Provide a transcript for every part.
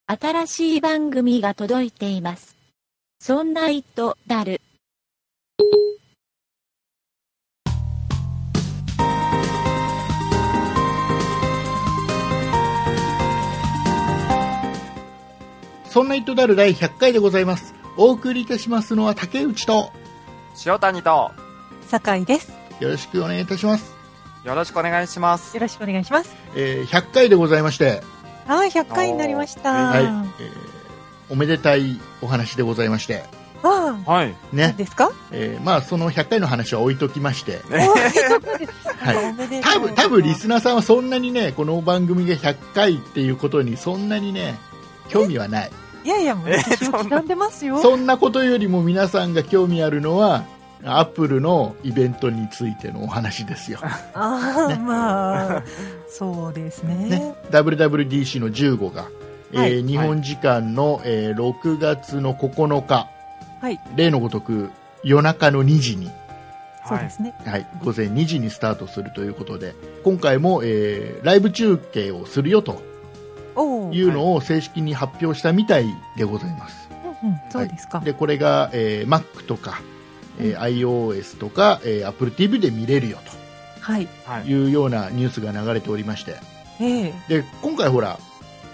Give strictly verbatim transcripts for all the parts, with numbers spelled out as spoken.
新しい番組が届いています。そんな糸だる。 そんな糸だるだいひゃっかいでございます。お送りいたしますのは竹内と塩谷と酒井です。 よろしくお願いいたします。 よろしくお願いします。 よろしくお願いします。 えー、ひゃっかいでございまして、 はい、ひゃっかいになりました。 はい、えー、おめでたいお話でございまして、 ああ、 はい、 ね、 ですか？ えー、まあそのひゃっかいの話は置いときまして、はい、多分多分リスナーさんはそんなにね、この番組がひゃっかいっていうことにそんなにね興味はない。 いやいや、もう私も刻んでますよ。 そんなことよりも皆さんが興味あるのはアップルのイベントについてのお話ですよ。 ああ、ね、まあそうです ね, ねダブリューダブリューディーシー のじゅうごが、 はい、 えー、日本時間の、えー、ろくがつのここのか、 はい、 例のごとく夜中のにじに、 そうですね、 はい、ごぜんにじにスタートするということで、今回も、えー、ライブ中継をするよというのを正式に発表したみたいでございます。 うんうん、そうですか。 はい、でこれが、えー、Mac とか、えー、iOS とか、えー、Apple ティーブイ で見れるよと、はい、いうようなニュースが流れておりまして、 えー、 で今回ほら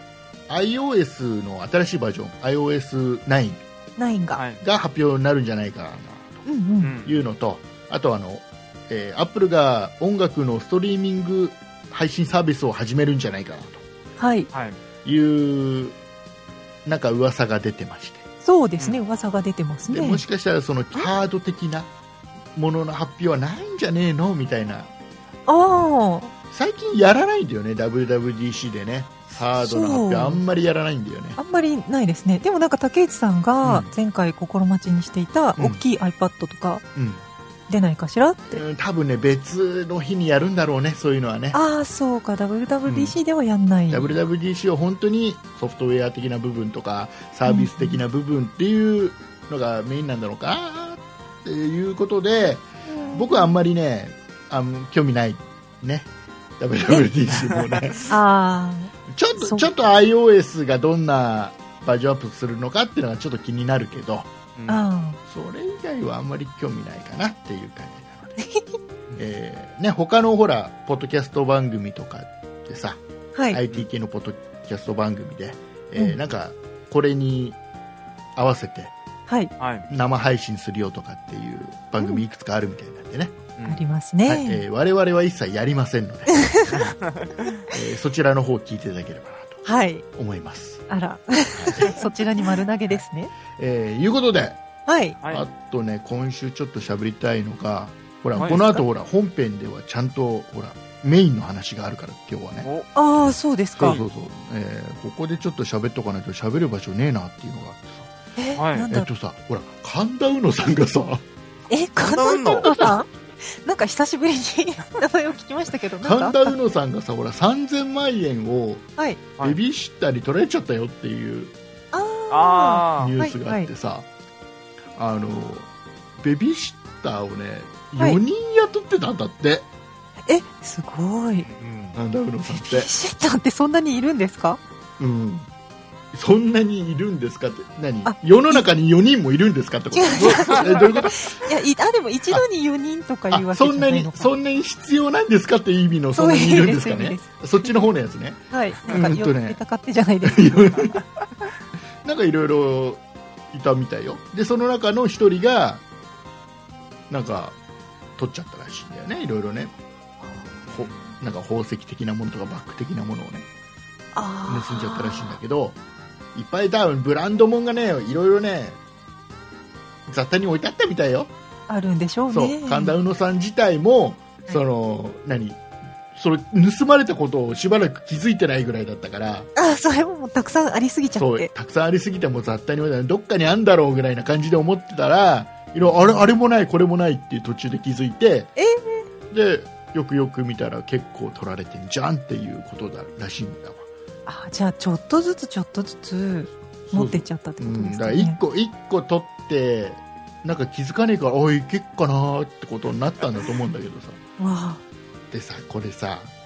iOS の新しいバージョン アイオーエスナインナインがが発表になるんじゃないかなというのと、うんうん、あとあの、えー、Apple が音楽のストリーミング配信サービスを始めるんじゃないかなと、 はい、 いうなんか噂が出てまして、 そうですね、うん、噂が出てますね。 でもしかしたらそのハード的なものの発表はないんじゃねえのみたいな。 あ、 最近やらないんだよね、 ダブリューダブリューディーシー でね、ハードの発表あんまりやらないんだよね。 あんまりないですね。でもなんか竹内さんが前回心待ちにしていた大きい iPad とか、うんうん、出ないかしらって、 うん、多分ね別の日にやるんだろうね、そういうのはね。 ああ、そうか、 ダブリューダブリューディーシー ではやんない、うん、 ダブリューダブリューディーシー は本当にソフトウェア的な部分とかサービス的な部分っていうのがメインなんだろうかっていうことで、うん、僕はあんまりねあの興味ないね、 ダブリューダブリューディーシー もねあちょっとちょっと iOS がどんなバージョンアップするのかっていうのがちょっと気になるけど、 うん、あそれ以外はあんまり興味ないかなっていう感じなので、えーね、他のほらポッドキャスト番組とかでさ、はい、アイティー 系のポッドキャスト番組で、えーうん、なんかこれに合わせて、はい、生配信するよとかっていう番組いくつかあるみたいなんでね、 うん、ありますね、はい、 えー、我々は一切やりませんので、えー、そちらの方を聞いていただければなと思います、 はい、あらそちらに丸投げですね、 えー、いうことで、 はい、 あとね今週ちょっと喋りたいのがほら、はい、この後ほら本編ではちゃんとほらメインの話があるから今日はね。 ああ、そうですか。 そうそうそう、えー、ここでちょっと喋っとかないと喋る場所ねえなっていうのがあってさ、 えーはい、 えっとさ、ほら神田うのさんがさ、 え、神田うのさんなんか久しぶりに名前を聞きましたけど、 神田うのさんがさほらさんぜんまんえんをベビーシッターに取られちゃったよっていうあニュースがあってさ、はいはい、あのベビーシッターをねよにん雇ってたんだって、はい、 え、すごい、 神田うのさんってベビーシッターってそんなにいるんですか？ うん、そんなにいるんですかって何、世の中によにんもいるんですかってこと？え、どういうこと？ いや、いあでも一度によにんとかいうわけじゃないのか。 そんなにそんなに必要なんですかっていう意味のそんなにいるんですかね。そっちの方のやつね。 はい、なんかよってたかってじゃないですか。 なんかいろいろいたみたいよ。でその中の一人がなんか取っちゃったらしいんだよね、いろいろね。ほなんか宝石的なものとかバッグ的なものをね盗んじゃったらしいんだけど、いっぱい多分ブランドもんがねいろいろね雑多に置いてあったみたいよ。 あるんでしょうね。 そう、神田うのさん自体も、はい、その何それ盗まれたことをしばらく気づいてないぐらいだったから、 あ、それももうたくさんありすぎちゃって、 そうたくさんありすぎても雑多に置いてある、どっかにあんだろうぐらいな感じで思ってたら、いろあれあれもないこれもないっていう途中で気づいて、 えー、 でよくよく見たら結構取られてんじゃんっていうことだらしいんだわ。 あ、じゃあちょっとずつちょっとずつ持ってっちゃったってことですかね。 うん、だからいっこいっこ取ってなんか気づかねえからおいけっかなってことになったんだと思うんだけどさ。 わあ。 でさこれさ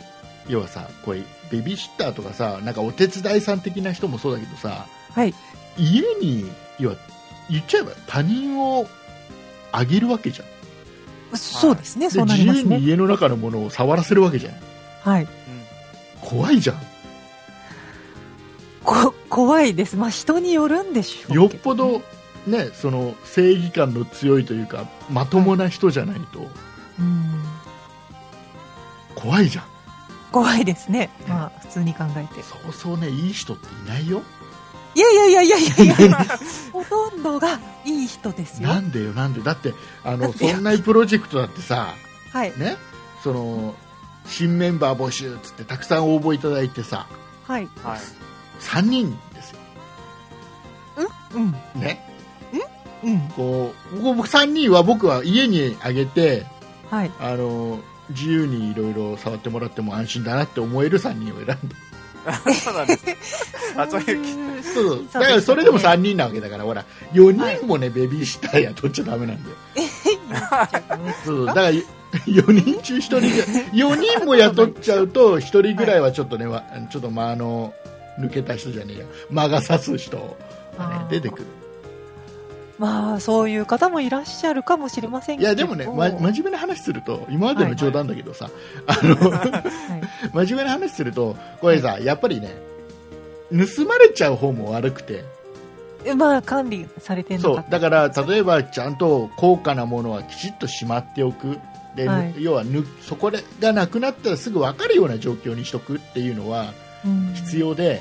要はさ、これベビーシッターとかさ、なんかお手伝いさん的な人もそうだけどさ、 はい。 家に要は言っちゃえば他人をあげるわけじゃん。 そうですね、 でそうなりますね。 自由に家の中のものを触らせるわけじゃん。 はい。 怖いじゃん。 こ怖いです。まあ人によるんでしょうけど、ね、 よっぽどね、その正義感の強いというかまともな人じゃないと、はい、 うん怖いじゃん。 怖いですね。まあ普通に考えて。 そうそうね、いい人っていないよ。 いやいやいやいやいやいやほとんどがいい人ですよ。 なんでよなんで。だってあのそんなプロジェクトだってさ、 はいね、その新メンバー募集っつってたくさん応募いただいてさ、 はいはい。 さんにんですよ。 うんね。 うん。 こう僕さんにんは僕は家にあげて、 はい。 あの自由にいろいろ触ってもらっても安心だなって思えるさんにんを選んだ。 そうなんです。あ、そういう。 そうそう。だからそれでもさんにんなわけだから、ほらよにんもね、ベビーシッター雇っちゃダメなんだよ。そうだからよにん中ひとりぐらい、よにんも雇っちゃうとひとりぐらいはちょっとね、はい、ちょっとまああの抜けた人じゃねえや、魔が差す人が、ね、出てくる。 まあそういう方もいらっしゃるかもしれませんけど。 いやでもね、ま、真面目な話すると、今までの冗談だけどさ、はいはい、あの、はい、真面目な話するとこれさ、はい、やっぱりね、盗まれちゃう方も悪くて、 まあ管理されてるのか、 そうだから例えばちゃんと高価なものはきちっとしまっておくで、はい、要はぬそこがなくなったらすぐ分かるような状況にしとくっていうのは必要で、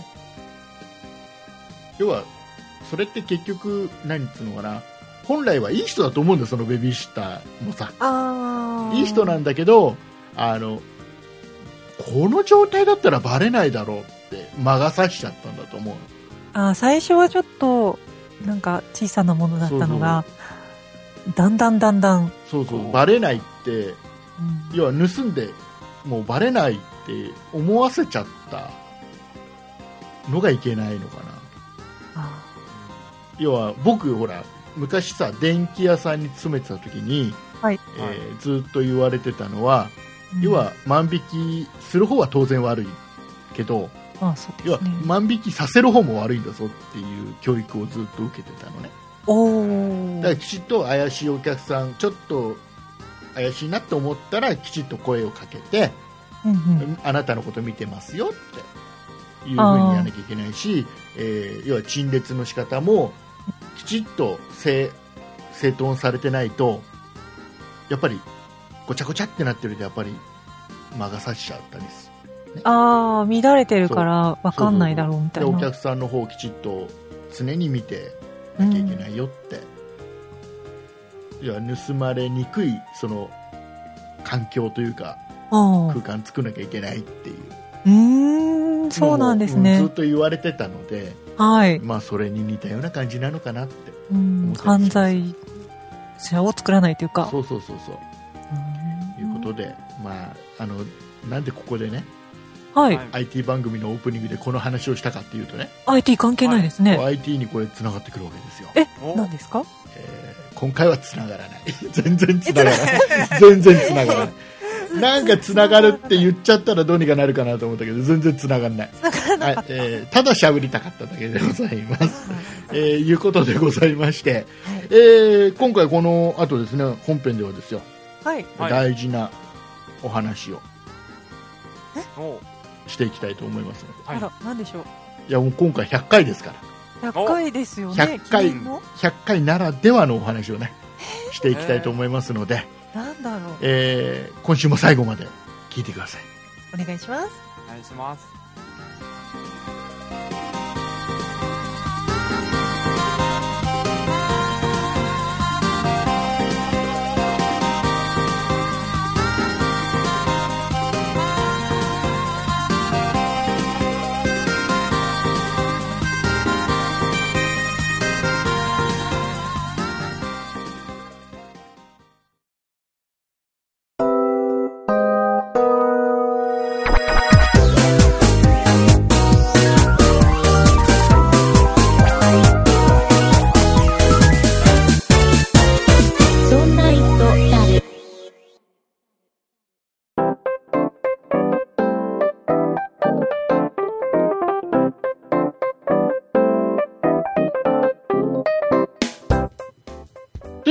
要はそれって結局何つうのかな、本来はいい人だと思うんだよ、そのベビーシッターもさ。 あいい人なんだけど、あのこの状態だったらバレないだろうって魔が差しちゃったんだと思う。 あ、最初はちょっとなんか小さなものだったのが、そうそう、だんだんだんだんそうそうバレないって、うん、要は盗んでもうバレないって思わせちゃったのがいけないのかな。あ、要は僕ほら昔さ、電気屋さんに勤めてた時に、はい、えー、ずっと言われてたのは、うん、要は万引きする方は当然悪いけど、 ああ、そうですね、 要は万引きさせる方も悪いんだぞっていう教育をずっと受けてたのね。 おだからきちっと怪しいお客さん、ちょっと怪しいなと思ったらきちっと声をかけて、うんうん、あなたのこと見てますよっていう風にやらなきゃいけないし、えー、要は陳列の仕方もきちっと整整頓されてないと、やっぱりごちゃごちゃってなってるとやっぱり魔が差しちゃったりする、ね、ああ、乱れてるから分かんないだろうみたいな。 でお客さんの方をきちっと常に見てなきゃいけないよって、うん、いや盗まれにくいその環境というか空間作らなきゃいけないっていう。 うーん、そうなんですね。 ずっと言われてたので、 はい、 まあそれに似たような感じなのかなって思って。犯罪者を作らないというか。 そうそうそうそう。ということで、まああのなんでここでね、 はい、 アイティー 番組のオープニングでこの話をしたかっていうとね、 アイティー 関係ないですね。 はい、アイティー にこれ繋がってくるわけですよ。 え、何ですか？ えー、今回は繋がらない全然繋がらない全然繋がらないなんか繋がるって言っちゃったらどうにかなるかなと思ったけど全然繋がらない。 繋がらなかった、 はい、えー、ただしゃべりたかっただけでございます、えー、いうことでございまして、はい、えー、今回この後ですね、本編ではですよ、 はい、 大事なお話をしていきたいと思いますので。 あら、何でしょう。 いやもう今回ひゃっかいですから。 ひゃっかいですよね。 ひゃっかい、ひゃっかいならではのお話をねしていきたいと思いますので、 なんだろう、 えー、今週も最後まで聞いてください。 お願いします。 お願いします。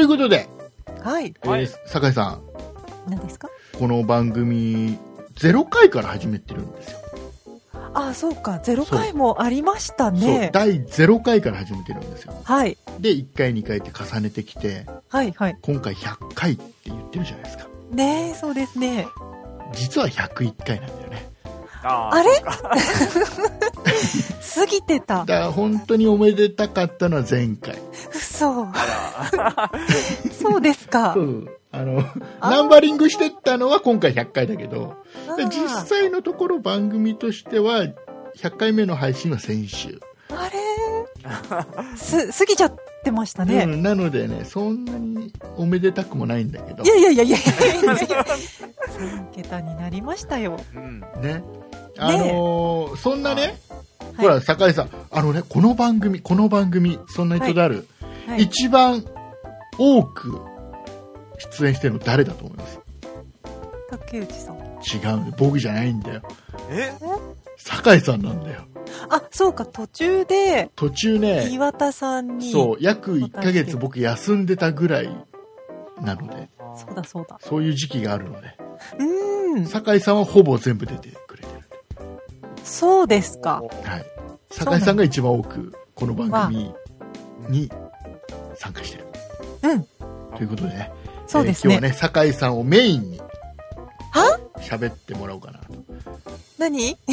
いうことで、 はい。 えー、酒井さん。 何ですか？ この番組、ゼロかいから始めてるんですよ。 あ、そうか。ゼロかいもありましたね。 そう、だいゼロかいから始めてるんですよ。 はい。 で、いっかい、にかいって重ねてきて、 はいはい。 今回ひゃっかいって言ってるじゃないですか。 ねえ、そうですね。 実はひゃくいっかいなんだよね。 ああれ過ぎてた。 だから本当におめでたかったのは前回。 嘘。そうですか。 そう。あの、ナンバリングしてったのは今回ひゃっかいだけど、実際のところ番組としてはひゃっかいめの配信は先週。 あれす、過ぎちゃってましたね。 うん、なのでね、そんなにおめでたくもないんだけど。 いやいやいやいやいやいやさん桁になりましたよ。 うん、 ね。あのー、そんなね、 はい、 ほら、酒井さん、あのね、この番組、この番組、そんな人である、はいはい、一番多く出演してるの誰だと思います？ 竹内さん。 違う、僕じゃないんだよ。 え？ 酒井さんなんだよ。 あ、そうか、途中で、 途中ね、 岩田さんに。 そう、約いっかげつ僕休んでたぐらいなので。 そうだそうだ。 そういう時期があるので。 うん。 酒井さんはほぼ全部出てくれてる。 そうですか。 はい。酒井さんが一番多く、この番組に参加してる。 うん。 ということでね。 そうですね。 えー、今日はね、酒井さんをメインに。 は？ 喋ってもらおうかなと。 何？ い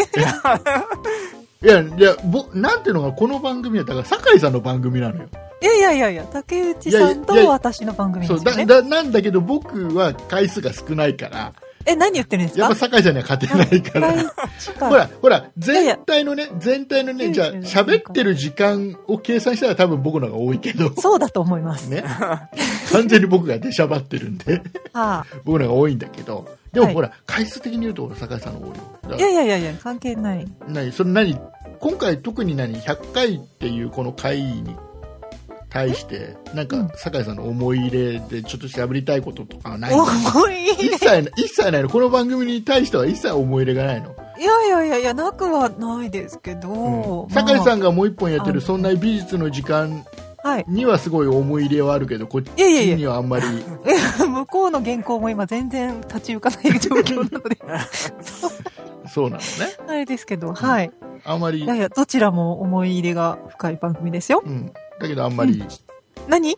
や、いや、ぼ、なんていうのか、この番組は、だから、酒井さんの番組なのよ。 いやいやいやいや、竹内さんと私の番組ですよね。 そう、だ、だ、なんだけど、僕は回数が少ないから。 え、何言ってるんですか？ やっぱ酒井さんには勝てないから。ほら、ほら、全体のね、全体のね、じゃあ、喋ってる時間を計算したら多分僕の方が多いけど。 そうだと思います。 ね。完全に僕が出しゃばってるんで。 はあ、僕の方が多いんだけど。でも、はい、ほら、回数的に言うと、酒井さんの方が多いよ。 いやいやいやいや、関係ない。 何それ何今回特に何ひゃっかいっていうこの回に対して、なんか、酒井さんの思い入れでちょっと喋りたいこととかはないの？ 思い入れ一切、一切ないの？この番組に対しては一切思い入れがないの？ いやいやいやいや、なくはないですけど。 うん、酒井さんがもう一本やってる、そんな美術の時間にはすごい思い入れはあるけど、こっちにはあんまり。いやいやいや向こうの原稿も今全然立ち浮かない状況なので。 そうなのね。 あれですけど、はい。 あんまり。 いやいや、どちらも思い入れが深い番組ですよ。 うん。だけどあんまり。うん、 何い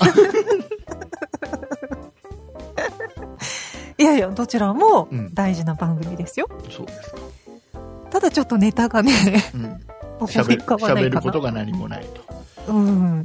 やいや、どちらも大事な番組ですよ。 うん、そうですか。 ただちょっとネタがね、うん、思い浮かばないかな。 喋ることが何もないと。 うん、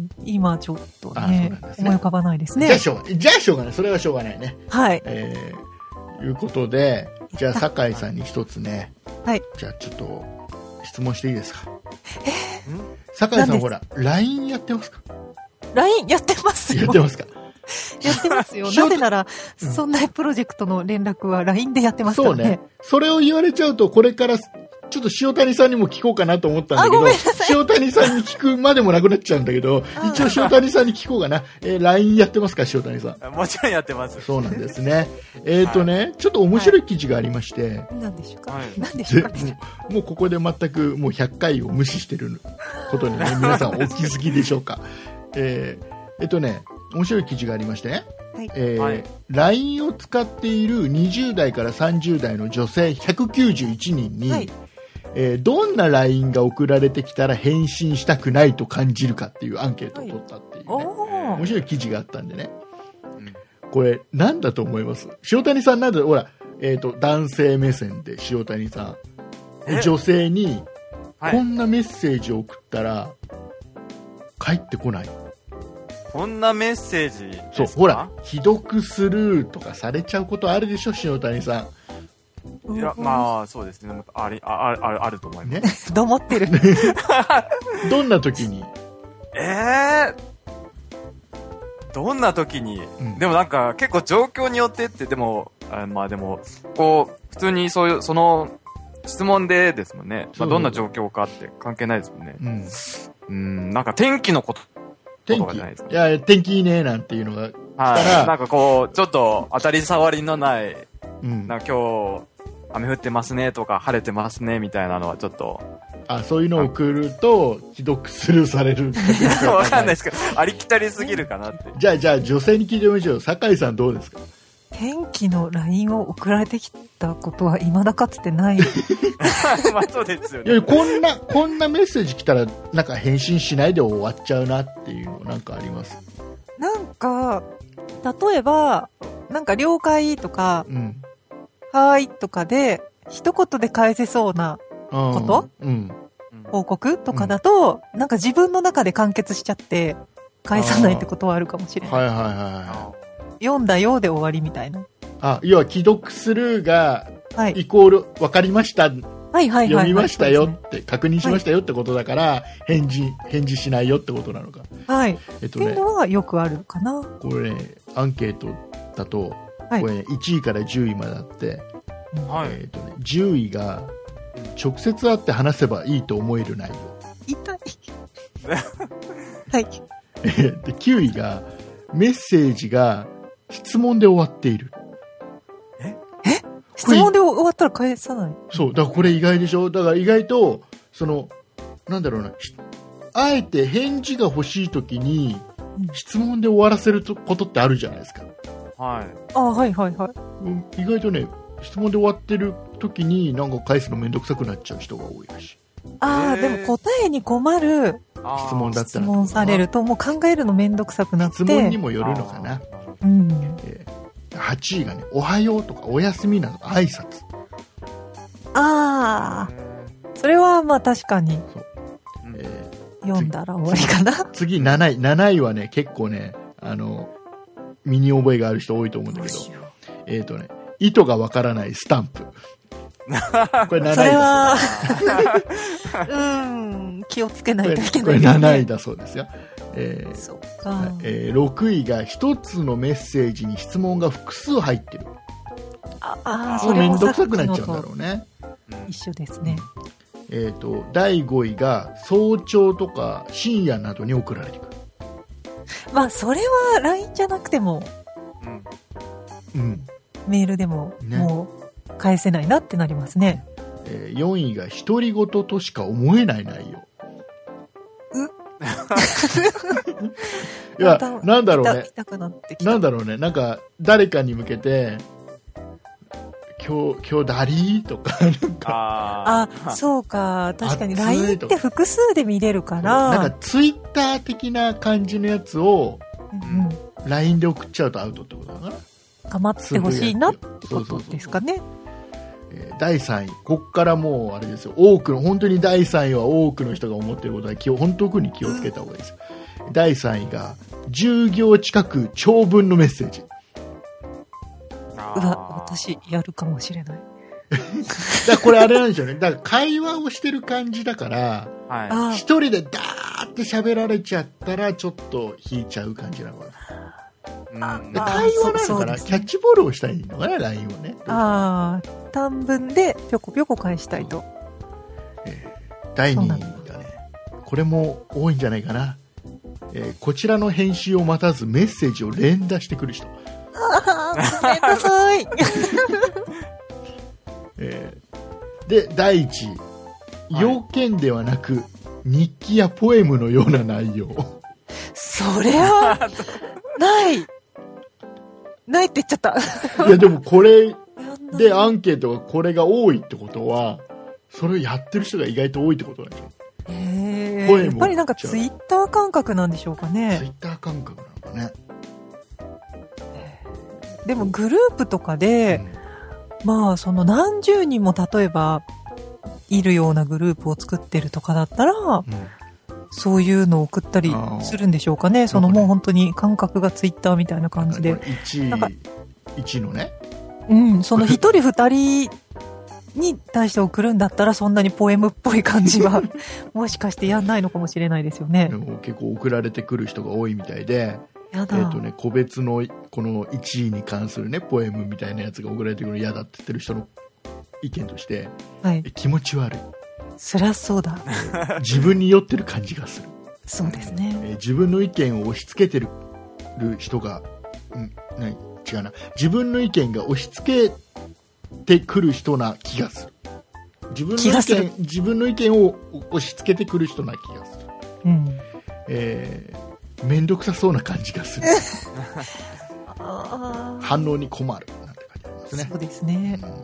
今ちょっとね、ね思い浮かばないですね。 じゃあしょうがない。じゃあしょうがない。それはしょうがないね。 はい。 えー、いうことで、じゃあ酒井さんに一つね。 はい。 じゃあちょっと質問していいですか？ えー、 酒井さんほら、ライン やってますか？ ライン やってますよ。 やってますか？ やってますよ。なぜなら、うん、そんなプロジェクトの連絡は ライン でやってますからね。 そうね。それを言われちゃうと、これから、ちょっと塩谷さんにも聞こうかなと思ったんだけど、塩谷さんに聞くまでもなくなっちゃうんだけど、一応塩谷さんに聞こうかな。えー、ライン やってますか、塩谷さん。 もちろんやってます。 そうなんですね。えっとね、はい、ちょっと面白い記事がありまして。 何、はい、でしょうか、はい、何でしょうか、ね、もう、もうここで全くもうひゃっかいを無視してることにね、皆さんお気づきでしょうか。えー、えっとね、面白い記事がありましてね。はいえーはい、ライン を使っているにじゅう代からさんじゅう代の女性ひゃくきゅうじゅういちにんに、はいえー、どんな ライン が送られてきたら返信したくないと感じるかっていうアンケートを取ったっていうね、はい、面白い記事があったんでね、うん、これ何だと思います？塩谷さんなんでほら、えーと、男性目線で塩谷さん女性にこんなメッセージを送ったら返ってこない、 こんなメッセージですか？ そう、ほら、既読スルーとかされちゃうことあるでしょ、塩谷さん。いや、まあ、そうですね。あり、あ、ある、あると思います。 ね。どう思ってるどんな時にええー、どんな時に、うん、でもなんか、結構状況によってって、でも、あまあでも、こう、普通にそういう、その、質問でですもんね。まあ、どんな状況かって関係ないですもんね。うん。うん、なんか天気のこと。 天気いや天気いいねなんていうのが来たら、 はい、なんかこうちょっと当たり障りのない、うん、なんか今日雨降ってますねとか晴れてますねみたいなのはちょっとあ、そういうのを送ると既読スルーされるわかんないですけど、ありきたりすぎるかなって。 じゃあじゃあ女性に聞いてみましょう。酒井さんどうですか？ 天気の ライン を送られてきたことは未だかつてない。 まあそうですよね。 いや、こんなこんなメッセージ来たらなんか返信しないで終わっちゃうなっていうのなんかあります？ なんか例えばなんか了解とか、うん、はーいとかで一言で返せそうなこと、うん、報告とかだと、うん、なんか自分の中で完結しちゃって返さないってことはあるかもしれない。はいはいはい。読んだようで終わりみたいな。 あ、要は既読スルーがイコール分かりました、はいはい、読みましたよって、ね、確認しましたよってことだから、はい、返事返事しないよってことなのか。 はい。えっとね、っていうのはよくあるかな。 これね、アンケートだと、はい、これ、ね、いちいからじゅういまであって、はい、えっとね、じゅういが直接会って話せばいいと思える内容。 痛い。はい。 できゅういがメッセージが質問で終わっている。 ええ質問で終わったら返さない？ そう、だからこれ意外でしょ。だから意外とそのなんだろうな、あえて返事が欲しいときに質問で終わらせることってあるじゃないですか。 はい。 あ、はいはいはい。 意外とね、質問で終わってるときになんか返すのめんどくさくなっちゃう人が多いらしい。 ああ、でも答えに困る質問だったら質問されるともう考えるのめんどくさくなって、 質問にもよるのかな。うん、えー、はちいがね、おはようとかおやすみなど挨拶。 ああ、それはまあ確かに、えー、読んだら終わりかな。 次なない、なないはね結構ね、あの身に覚えがある人多いと思うんだけど、えっとね、意図がわからないスタンプ。これなないだそうです。うん、気をつけないといけないですね。 これなないだそうですよ。えー、 そっか。 えー、ろくいが一つのメッセージに質問が複数入ってる。 ああ、 それめんどくさくなっちゃうんだろうね。 一緒ですね。 えっと、だいごいが早朝とか深夜などに送られてくる。 まあ、それは ライン じゃなくても、うん。うん、メールでも、ね、もう、返せないなってなりますね。 えー、よんいが独り言としか思えない内容。 ういや、なんだろうね。なんだろうね。なんか、誰かに向けて、今日、今日ダリーとか、なんか。 ああ、そうか。確かに ライン って複数で見れるから。 なんかツイッター的な感じのやつを、うん、ライン で送っちゃうとアウトってことだから。 かまってほしいなってことですかね。 だいさんい、こっからもうあれですよ、多くの本当にだいさんいは多くの人が思っていることは気を本当に気をつけた方がいいですよ。うん、だいさんいがじゅうぎょう近く長文のメッセージ。 うわ、私やるかもしれない。 だこれあれなんでしょうね。だから会話をしてる感じだから、はい、一人でダーって喋られちゃったらちょっと引いちゃう感じなのかな。うん、会話なのかな、ね、キャッチボールをしたいのかな、ライン をね。 ああ、短文でぴょこぴょこ返したいと。 えー、だいにいがね、これも多いんじゃないかな。えー、こちらの返信を待たずメッセージを連打してくる人。 ああ、ごめんなさい。 えー、で、だいいちい、要件ではなく日記やポエムのような内容。 それはないないって言っちゃった。 いやでもこれでアンケートがこれが多いってことは、それをやってる人が意外と多いってことなんでしょ。 へー、やっぱりなんかツイッター感覚なんでしょうかね。 ツイッター感覚なのかね。 でもグループとかで、うん、まあその何十人も例えばいるようなグループを作ってるとかだったら、うん、そういうのを送ったりするんでしょうかね。そのもう本当に感覚がツイッターみたいな感じで。 いちい、いちいのね。 うん、その一人二人に対して送るんだったらそんなにポエムっぽい感じはもしかしてやんないのかもしれないですよね。 でも結構送られてくる人が多いみたいで。やだ。えーとね、個別のこのいちいに関するね、ポエムみたいなやつが送られてくるの嫌だって言ってる人の意見として、はい、気持ち悪い。 そりゃそうだ。 自分に酔ってる感じがする。 そうですね。 えー、自分の意見を押し付けてる人が、うん、何違うな。自分の意見が押し付けてくる人な気がする。 自分の意見、自分の意見を押し付けてくる人な気がする。うん。えー、めんどくさそうな感じがする。反応に困るなんて書いてありますね。 そうですね。うん、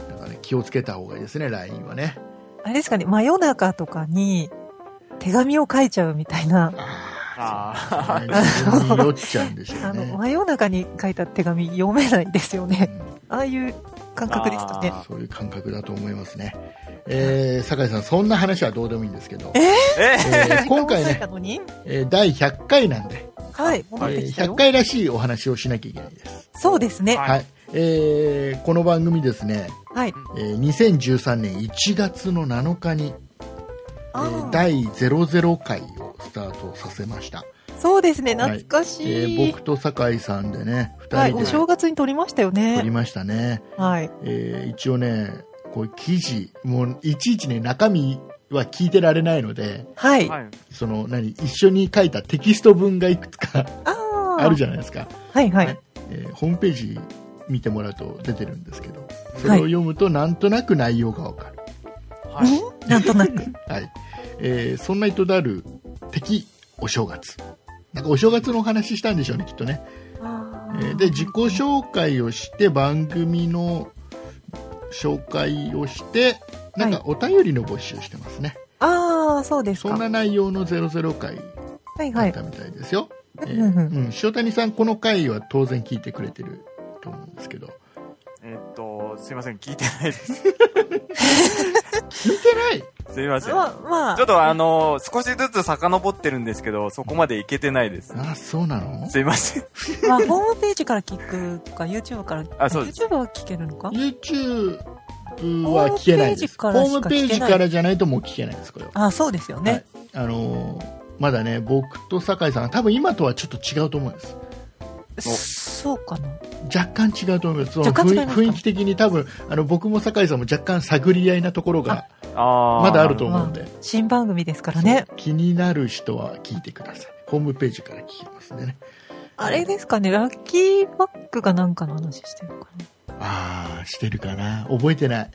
だからね、気をつけた方がいいですね、ライン はね。 あれですかね、真夜中とかに手紙を書いちゃうみたいな。 ああ、自分に酔っちゃうんでしょうね。あの、 真夜中に書いた手紙読めないですよね。うん、ああいう感覚ですかね。 そういう感覚だと思いますね。えー、酒井さん、そんな話はどうでもいいんですけど。 えー、 えー、今回ね、えー、だいひゃっかいなんで。 はい、戻ってきたよ。 ひゃっかいらしいお話をしなきゃいけないです。 そうですね。 はい。えー、この番組ですね、 はい。 えー、にせんじゅうさんねんいちがつのなのかに、えー、だいゼロゼロかいをスタートさせました。 そうですね、懐かしい。 はい、えー、僕と酒井さんでね、ふたりで、 はい、お正月に撮りましたよね。 撮りましたね。 はい。 えー、一応ね、こういう記事、もういちいちね、中身は聞いてられないので、 はい。 その、何、一緒に書いたテキスト文がいくつかあるじゃないですか。 はいはい。 えー、ホームページ見てもらうと出てるんですけど、それを読むとなんとなく内容がわかる。 はい。なんとなく。 はい。えー、そんな糸である敵お正月。なんかお正月のお話したんでしょうね、きっとね。えー、で、自己紹介をして、番組の紹介をして、なんかお便りの募集してますね。 はい、ああ、そうですか。 そんな内容のゼロゼロかいだったみたいですよ。 はいはい、えー、 うん、塩谷さん、この回は当然聞いてくれてると思うんですけど。 えー、っと、すいません、聞いてないです。 聞いてない？ すいません。 まあ、まあ。 ちょっとあの、少しずつ遡ってるんですけど、そこまでいけてないです。 あ、そうなの？ すいません。 まあ、ホームページから聞くとか、YouTube から、 あ、そうです。 YouTube は聞けるのか？ YouTube は聞けないです。ホームページからじゃないともう聞けないです、これは。 あ、そうですよね。はい、 あのー、まだね、僕と酒井さんは多分今とはちょっと違うと思うんです。 そうかな。 若干違うと思います。その雰囲気的に多分あの僕も酒井さんも若干探り合いなところがまだあると思うんで、まあ、 新番組ですからね。 気になる人は聞いてください。ホームページから聞きますんでね。 あれですかね、ラッキーバッグかなんかの話してるかな。 ああ、してるかな、覚えてない。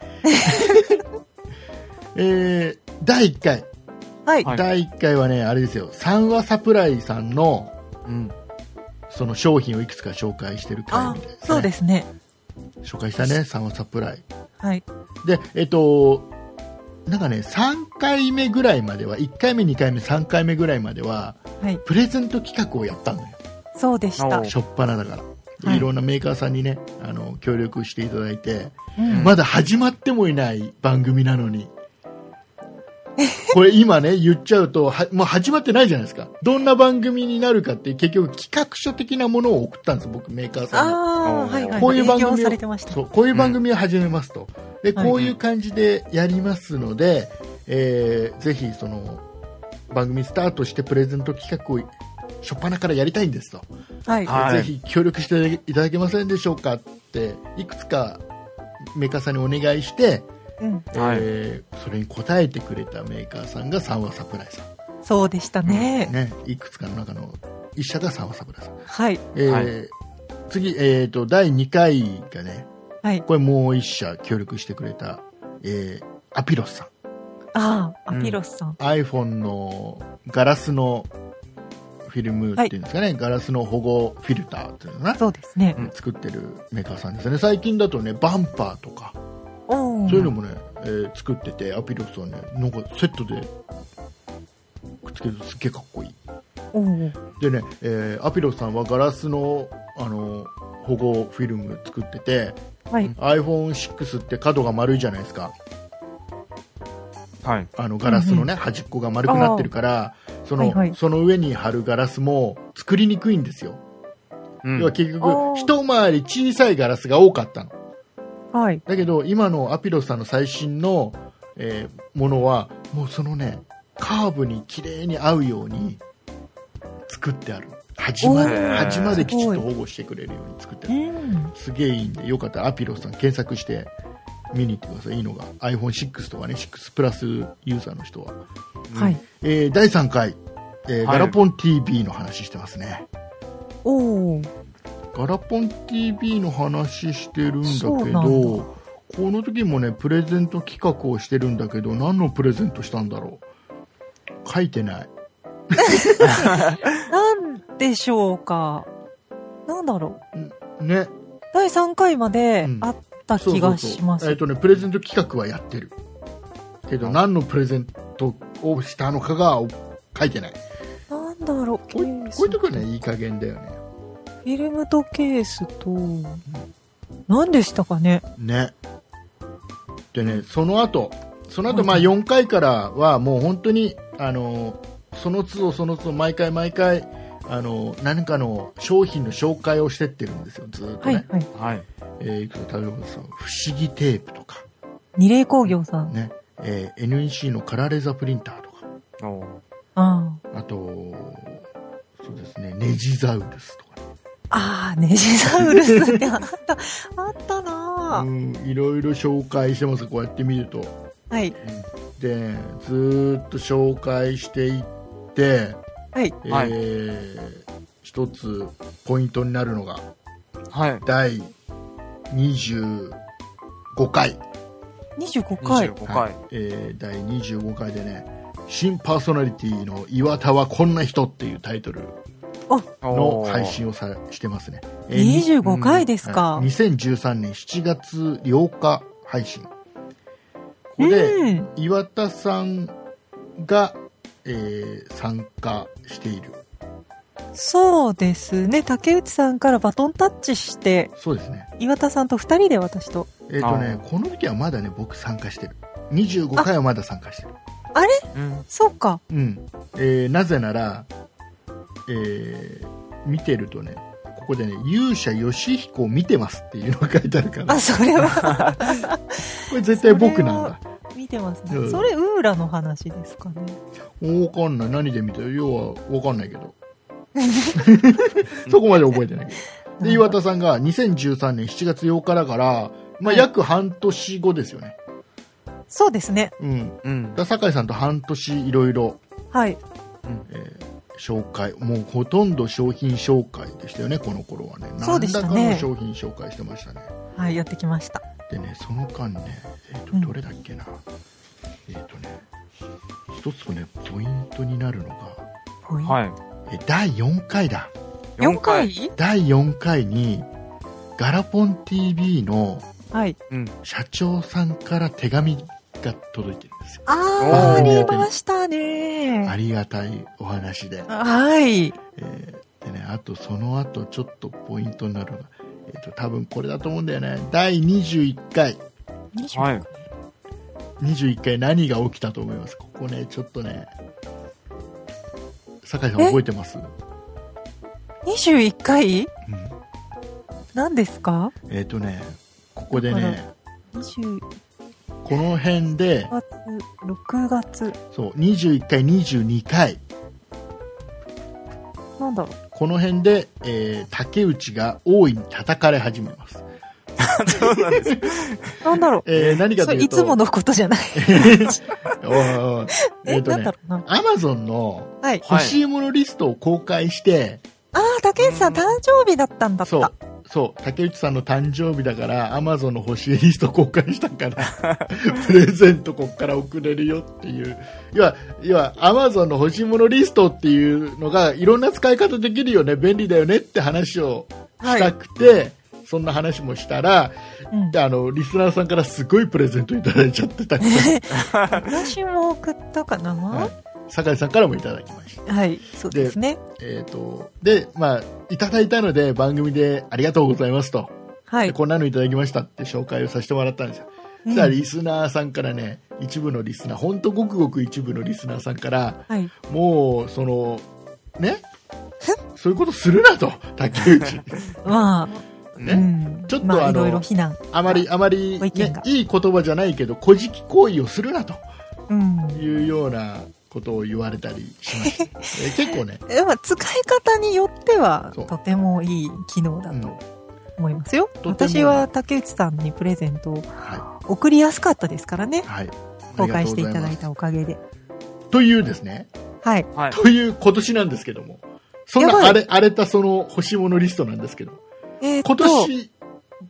えー、だいいっかい、 はい、 だいいっかいはね、あれですよ、三和サプライさんの、うん、その商品をいくつか紹介してる回みたいですね。 そうですね。 紹介したね、三和サプライ。 はい。 で、えっと、なんかね、さんかいめぐらいまでは、いっかいめ、にかいめ、さんかいめぐらいまでは、はい、プレゼント企画をやったのよ。 そうでした。 しょっぱなだから。はい、いろんなメーカーさんにね、あの、協力していただいて、うん、まだ始まってもいない番組なのに、これ今ね、言っちゃうと、は、もう始まってないじゃないですか。どんな番組になるかって結局企画書的なものを送ったんですよ、僕メーカーさんに。 ああ、はいはい。 こういう番組を、 そう、 こういう番組を始めますと。うん、で、こういう感じでやりますので、はいはい、えー、ぜひその、番組スタートしてプレゼント企画を初っ端からやりたいんですと。 はい。 ぜひ協力していただけませんでしょうかって、いくつかメーカーさんにお願いして、うんえー、それに応えてくれたメーカーさんが三和サプライさん。 そうでしたね。 うん、ね、いくつかの中の一社が三和サプライさん。 はい。 えーはい、 次、えっと、だいにかいがね、 はい、 これもう一社協力してくれた、えー、アピロスさん。 ああ、アピロスさん。うん、 iPhone のガラスのフィルムっていうんですかね、はい、ガラスの保護フィルターっていうのかな。 そうですね。 作ってるメーカーさんですね。最近だとね、バンパーとか、そういうのもね、えー、作ってて、アピロスはね、なんかセットでくっつけるとすっげえかっこいい。でね、えー、アピロスさんはガラスの、あの保護フィルム作ってて、はい、アイフォンシックス って角が丸いじゃないですか。はい、あのガラスのね、うんうん、端っこが丸くなってるから、その、はいはい、その上に貼るガラスも作りにくいんですよ。うん、要は結局一回り小さいガラスが多かったの。はい、だけど今のアピロスさんの最新の、えー、ものはもうそのねカーブに綺麗に合うように作ってある。端まで端まできちっと保護してくれるように作ってある。すげえいいんで、よかったらアピロスさん検索して見に行ってください。いいのが アイフォンシックス とかね、シックスプラスユーザーの人は、はい、えー、だいさんかい、えーはい、ガラポン ティーブイ の話してますね。 おー、 ガラポン ティーブイ の話してるんだけど、 この時もねプレゼント企画をしてるんだけど、何のプレゼントしたんだろう、書いてない。 なんでしょうか。なんだろうね。 だいさんかいまであった気がします。 うん、そうそうそう、えっとねプレゼント企画はやってるけど、何のプレゼントをしたのかが書いてない。 なんだろう。 こういうとこねいい加減だよね。 フィルムとケースと、何でしたかね。 ね。でね、その後、その後まあよんかいからはもう本当にあのその都度その都度毎回毎回あの何かの商品の紹介をしてってるんですよ、ずーっとね。 はいはい。 はい。えー、例えばその不思議テープとか。 二霊工業さん。 ね。えー、エヌイーシー のカラーレザープリンターとか。 おああと、そうですね、ネジザウルスとか、ね。 ああ、ネジザウルスってあった、あったなぁ。 うん、いろいろ紹介してます、こうやって見ると。 はい。 で、ずーっと紹介していって、 はい。 えー、一つポイントになるのが、 はい。 だいにじゅうごかい。 にじゅうごかい。 にじゅうごかい。 はい、えー、だいにじゅうごかいでね、新パーソナリティの岩田はこんな人っていうタイトルの配信をさしてますね。 えー、にじゅうごかいですか、 はい、にせんじゅうさんねんしちがつようか配信。ここで、うん、岩田さんが、えー、参加している。 そうですね。竹内さんからバトンタッチして、 そうですね。 岩田さんとふたりで私と。 えっとね、この時はまだね、僕参加してる。にじゅうごかいはまだ参加してる。 あれ、うん、そうか。 うん。えー、なぜなら、えー、見てるとね、ここでね、勇者ヨシヒコを見てますっていうのが書いてあるから。 あ、それは。 これ絶対僕なんだ。 見てますね。うん、それ、ウーラの話ですかね。 わかんない。何で見たよ。要は、わかんないけど。そこまで覚えてないけど。で、岩田さんがにせんじゅうさんねんしちがつようかだから、まあ、約半年後ですよね。 そうですね。 うん。うん。だ酒井さんと半年いろいろ。 はい。 えー、紹介。もうほとんど商品紹介でしたよね、この頃はね。 そうでしたね。 何らかの商品紹介してましたね。 はい、やってきました。 でね、その間ね、えっ、ー、と、どれだっけな。うん、えっ、ー、とね、一つね、ポイントになるのが、 はい。 え、だいよんかいだ。 よんかい？ だいよんかいに、ガラポン ティーブイ の、 はい。 社長さんから手紙が届いてるんですよ。 あー、ありましたね。 ありがたいお話で。 はい。 えー、でね、あと、その後、ちょっとポイントになるのが、えっと、多分これだと思うんだよね。だいにじゅういっかい。 はい。 にじゅういっかい何が起きたと思います？ここね、ちょっとね、酒井さん覚えてます？ にじゅういっかい？うん。何ですか？ えっとね、ここでね、 にじゅうこの辺で、 ろくがつ。 そう、にじゅういっかい、にじゅうにかい。 なんだろう。 この辺で、えー、竹内が大いに叩かれ始めます。 そうなんです。 なんだろう。 えー、何かというと。 いつものことじゃない。 おいおいえっとね、アマゾンの欲しいものリストを公開して、 はい、ああ、竹内さん誕生日だったんだった。 そう。そう。竹内さんの誕生日だから、アマゾンの欲しいリスト公開したから、プレゼントこっから送れるよっていう。要は、要は、アマゾンの欲しいものリストっていうのが、いろんな使い方できるよね、便利だよねって話をしたくて、はい、そんな話もしたら、うん、あの、リスナーさんからすごいプレゼントいただいちゃってたから。 私も送ったかな、はい、 酒井さんからもいただきました。 はい、そうですね。 えっ、ー、と、で、まあ、いただいたので、番組でありがとうございますと。はい。こんなのいただきましたって紹介をさせてもらったんですよ。うん、そしたらリスナーさんからね、一部のリスナー、ほんとごくごく一部のリスナーさんから、はい、もう、その、ね、そういうことするなと、竹内。まあ、ね、うん、ちょっと、まあ、あの、いろいろ非難。あまり、あまり、ね、いい言葉じゃないけど、古事記行為をするなと。うん。いうような、ことを言われたりしました。え結構ね。 でも使い方によってはとてもいい機能だと思いますよ。うん、私は竹内さんにプレゼントを送りやすかったですからね。はい。公開していただいたおかげで。 というですね。 はい。 という今年なんですけども。そんな荒れ、荒れたその欲しいものリストなんですけど。えー、今年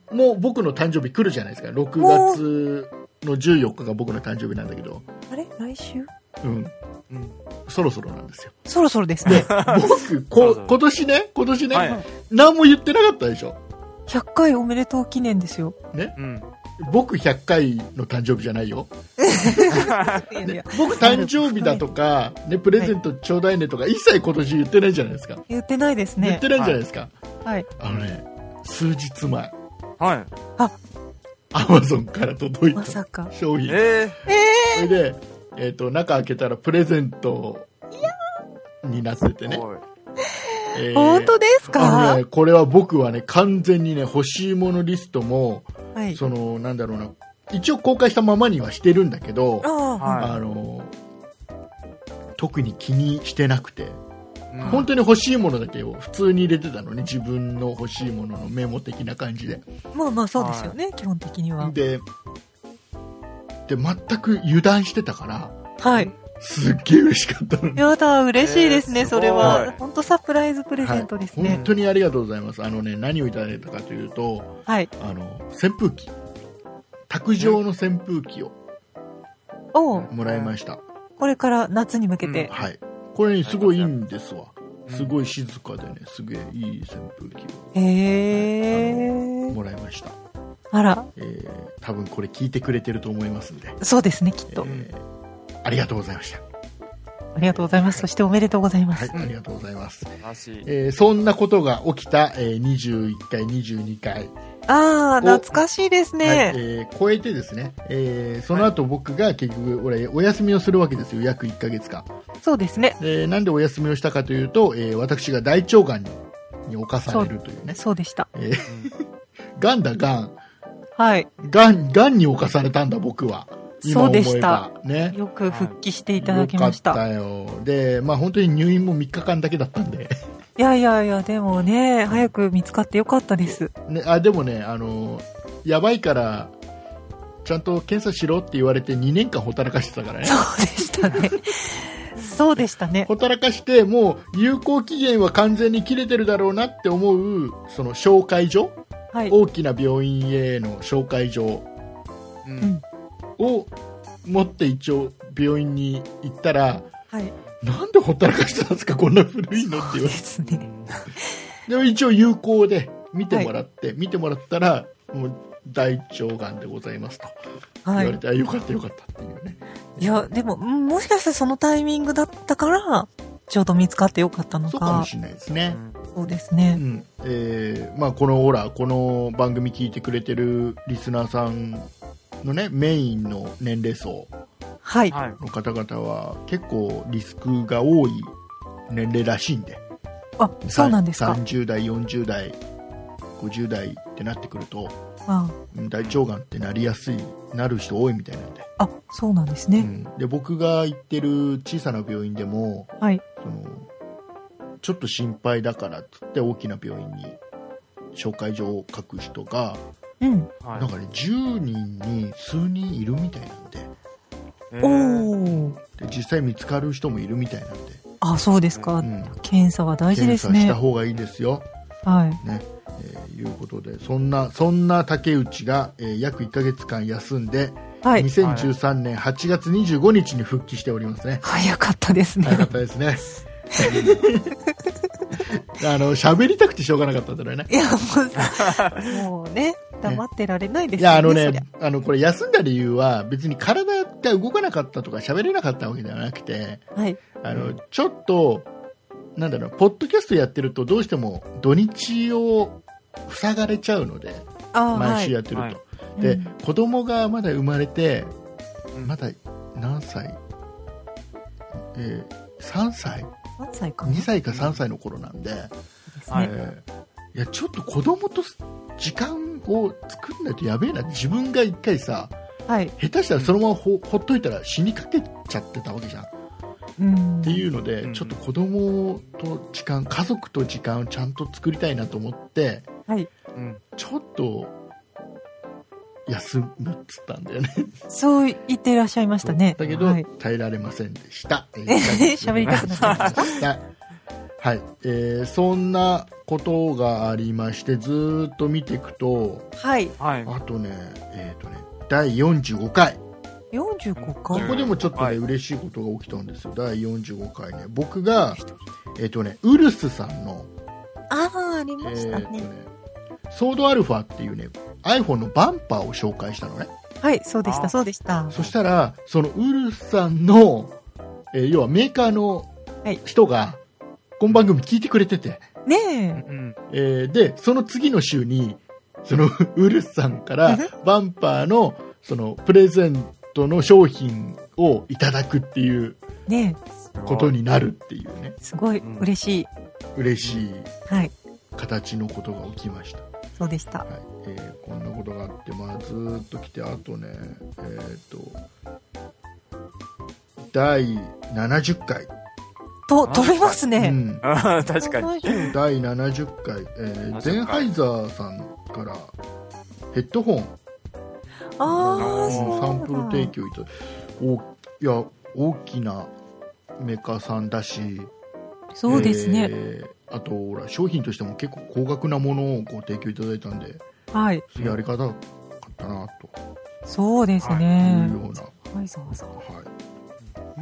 もう僕の誕生日来るじゃないですか。ろくがつのじゅうよっかが僕の誕生日なんだけど。 あれ来週うん。うん。そろそろなんですよ。 そろそろですね。 僕、こ、今年ね、今年ね、はい、何も言ってなかったでしょ。 ひゃっかいおめでとう記念ですよ。 ね。うん。僕ひゃっかいの誕生日じゃないよ。ね、僕誕生日だとか、ね、プレゼントちょうだいねとか、一切今年言ってないじゃないですか。 言ってないですね。 言ってないじゃないですか。 はい。 あのね、数日前。 はい。 あ、 アマゾンから届いたまさか商品。 えー、えー、それで、えっと、中開けたらプレゼントになっててね。 えー、本当ですか？ ね、これは僕はね、完全にね、欲しいものリストも、はい、その、なんだろうな、一応公開したままにはしてるんだけど、あ, あの、特に気にしてなくて、うん、本当に欲しいものだけを普通に入れてたのね、自分の欲しいもののメモ的な感じで。 まあまあそうですよね、はい、基本的には。 で、で、全く油断してたから、 はい。 すっげえ嬉しかったの。 やだ、嬉しいですね、えー、それは。本当サプライズプレゼントですね、 はい。本当にありがとうございます。あのね、何をいただいたかというと、 はい。 あの、扇風機。卓上の扇風機をもらいました。 これから夏に向けて。 うん、はい。これ、ね、すごいいいんですわ。すごい静かでね、すげえいい扇風機を。 へー。 もらいました。 あら。 えー、多分これ聞いてくれてると思いますんで。 そうですね、きっと。 えーありがとうございました。 ありがとうございます。そしておめでとうございます。 はい、ありがとうございます。えー、そんなことが起きた、えー、にじゅういっかい、にじゅうにかい。 ああ、懐かしいですね。 はい、えー、超えてですね、えー、その後僕が結局、俺、お休みをするわけですよ。約いっかげつかん。 そうですね。 えー、なんでお休みをしたかというと、えー、私が大腸がんに、に侵されるというね。 そう、そうでした。 えー、がんだ、がん。 はい。 がん、がんに侵されたんだ、僕は。 そうでした。 ね。 よく復帰していただきました。 よかったよ。で、まあ本当に入院もみっかかんだけだったんで。 いやいやいや、でもね、早く見つかってよかったです。 ね、あ、でもね、あの、やばいから、ちゃんと検査しろって言われてにねんかんほったらかしてたからね。 そうでしたね。そうでしたね。 ほったらかして、もう有効期限は完全に切れてるだろうなって思う、その紹介所、はい、大きな病院への紹介所。うん。を持って一応病院に行ったら、はい、なんでほったらかしてたんですかこんな古いのって言われてですね。でも一応有効で見てもらって、はい、見てもらったらもう大腸がんでございますと言われて、はい、あよかったよかったっていうね。 いやでももしかしたらそのタイミングだったからちょうど見つかってよかったのか。 そうかもしれないですね。 そうですね。 うん、えー、まあこのほらこの番組聞いてくれてるリスナーさんのね、メインの年齢層の方々は結構リスクが多い年齢らしいんで。 あ、そうなんですか。 さんじゅうだい、よんじゅうだい、ごじゅうだいってなってくると、ああ大腸がんってなりやすい、なる人多いみたいなんで。 あ、そうなんですね。うん、 で僕が行ってる小さな病院でも、はい、そのちょっと心配だからっつって大きな病院に紹介状を書く人が、うん、なんかねじゅうにんに数人いるみたいなんで、 えー、 で実際見つかる人もいるみたいなんで。 あ、そうですか、うん、検査は大事ですね。 検査した方がいいですよ。 はいね、えー、いうことでそんなそんな竹内が、えー、約いっかげつかん休んで、はい、にせんじゅうさんねんはちがつにじゅうごにちに復帰しておりますね。 早かったですね。 早かったですね。あの喋りたくてしょうがなかったんだろうね。 いやもうもうね黙ってられないですよね。いやあのねあのこれ休んだ理由は別に体が動かなかったとか喋れなかったわけではなくて、はい、あのちょっとなんだろうポッドキャストやってるとどうしても土日を塞がれちゃうので毎週やってると、はいはい、で、うん、子供がまだ生まれてまだ何歳、えー、さんさいさんさいかなにさいかさんさいの頃なんで、はいえー、いやちょっと子供と時間を作んないとやべえなって自分が一回さ、はい、下手したらそのまま ほ, ほっといたら死にかけちゃってたわけじゃん、うん、っていうので、うん、ちょっと子供と時間家族と時間をちゃんと作りたいなと思って、はいうん、ちょっと休むっつったんだよね。 そう言っていらっしゃいましたね。 だけど、はい、耐えられませんでした。 喋りたくなりました。 はい、えー、そんなことがありまして、ずーっと見ていくと、 はい。 あとね、えっとね、だいよんじゅうごかい。 よんじゅうごかい。 ここでもちょっとね、はい、嬉しいことが起きたんですよ。だいよんじゅうごかいね。僕が、えっとね、ウルスさんの、 ああ、ありましたね。えー、とねソードアルファっていうね、iPhone のバンパーを紹介したのね。 はい、そうでした、そうでした。 そしたら、そのウルスさんの、えー、要はメーカーの人が、はい、この番組聞いてくれてて。 ねえ。 えー、で、その次の週に、そのウルスさんから、バンパーの、その、プレゼントの商品をいただくっていう、ねことになるっていうね。 すごい嬉しい。 嬉しい。 はい。 形のことが起きました。 そうでした。 はい、えー、こんなことがあって、まあ、ずーっと来て、あとね、えっと、だいななじゅっかい。 と、飛びますね。うん、 あ確かに。 だいななじゅっかい、えー、ゼンハイザーさんからヘッドホン。 ああ、 サンプル提供いただおいや、大きなメーカーさんだし。 そうですね。 えーあとほら商品としても結構高額なものをご提供いただいたんで、 はい、 すげえありがたかったなと。 そうですね。 はい、いうような、 はい、そうそう。 はい、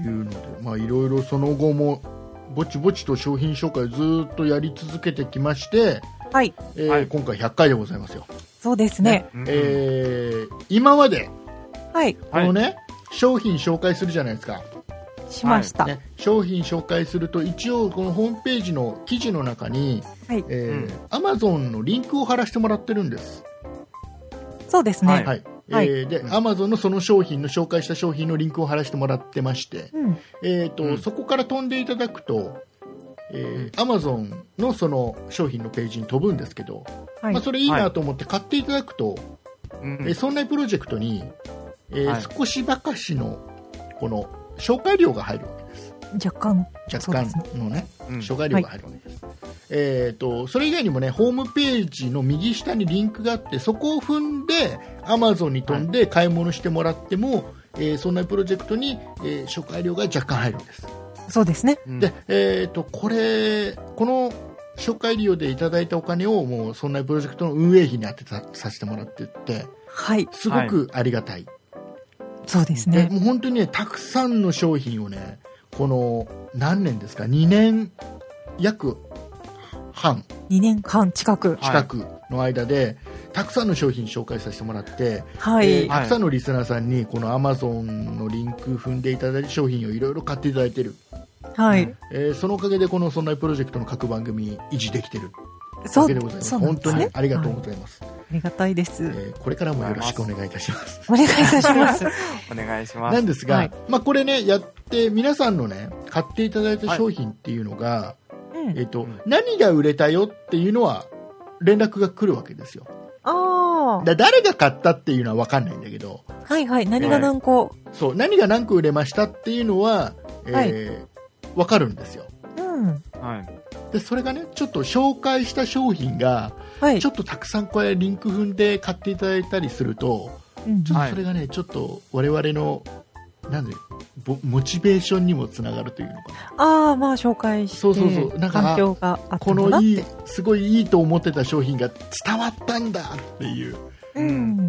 いうので、まあいろいろその後もぼちぼちと商品紹介をずっとやり続けてきまして、 はい、 えーはい、今回ひゃっかいでございますよ。 そうですね。 ねえー、今まで、 はい、 このね、はい、商品紹介するじゃないですか。 しました、 はいね、商品紹介すると一応このホームページの記事の中に、はいえーうん、Amazon のリンクを貼らせてもらってるんです。 そうですね、 はいはいえー、で、うん、Amazon のその商品の紹介した商品のリンクを貼らせてもらってまして、うんえーとうん、そこから飛んでいただくと、えー、Amazon のその商品のページに飛ぶんですけど、はいまあ、それいいなと思って買っていただくと、はいえー、そんなプロジェクトに、えーはい、少しばかしのこの紹介料が入るわけです。 若干若干のね、うん、紹介料が入るわけです。はい、えーと、それ以外にもね、ホームページの右下にリンクがあって、そこを踏んで Amazon に飛んで買い物してもらっても、はいえー、そんなプロジェクトに、えー、紹介料が若干入るんです。 そうですね。 で、えーと、これこの紹介料でいただいたお金をもうそんなプロジェクトの運営費に当てたさせてもらってて、 はい、 すごくありがたい。はいそうですね。 もう本当にね、たくさんの商品をね、この何年ですか、にねん約半、 にねんはん近く近くの間で、はい、たくさんの商品紹介させてもらって、 はいえー、たくさんのリスナーさんにこの Amazon のリンク踏んでいただいて商品をいろいろ買っていただいている、 はいえー、そのおかげでこのそんなプロジェクトの各番組維持できているそうわけでございます。本当にありがとうございます。 はい、ありがたいです、 えー。これからもよろしくお願いいたします。 お願いいたします。 お願いします。 なんですが、 はい、 まあこれねやって皆さんのね買っていただいた商品っていうのが、はいえーとうん、何が売れたよっていうのは連絡が来るわけですよ。 あだ誰が買ったっていうのは分かんないんだけど、 はいはい何が何個、 えー、そう何が何個売れましたっていうのは、えーはい、分かるんですよ。 うんはいでそれがねちょっと紹介した商品が、はい、ちょっとたくさんこれリンク踏んで買っていただいたりすると、うん、ちょっとそれがね、はい、ちょっと我々のなんでモチベーションにもつながるというのかな。ああまあ紹介してそうそうそうなんか環境があったこのいいすごいいいと思ってた商品が伝わったんだっていう、 うん、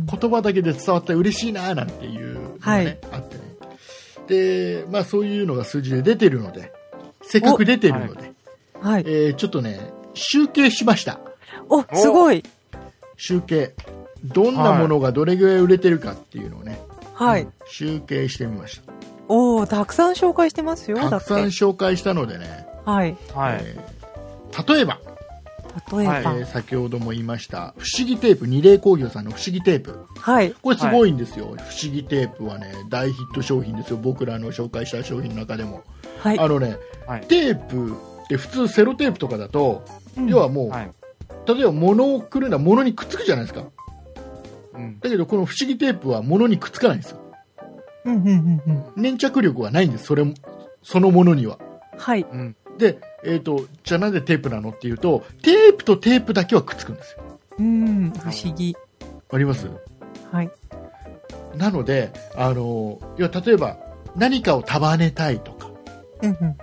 言葉だけで伝わったら嬉しいななんていうのがね、はい、あってねでまあそういうのが数字で出てるのでせっかく出てるのではいえー、ちょっとね集計しました。 おすごい集計どんなものがどれぐらい売れてるかっていうのをね、 はい、 うん、集計してみました。 おーたくさん紹介してますよ。 たくさん紹介したのでねはい、 えー、例えば例えば、 えー、先ほども言いました不思議テープ二霊工業さんの不思議テープ、 はい、 これすごいんですよ、はい、不思議テープはね大ヒット商品ですよ。僕らの紹介した商品の中でも、 はい、 あのね、はい、テープで普通セロテープとかだと、うん、要はもう、はい、例えば物をくるんだ物にくっつくじゃないですか、うん、だけどこの不思議テープは物にくっつかないんですよ、 うんうんうんうん、 粘着力はないんですそれそのものには。 はい、 うん、で、えーと、じゃあなんでテープなのっていうとテープとテープだけはくっつくんですよ。 うん不思議あります、 はい、 なのであの要は例えば何かを束ねたいとか、 うんうんうん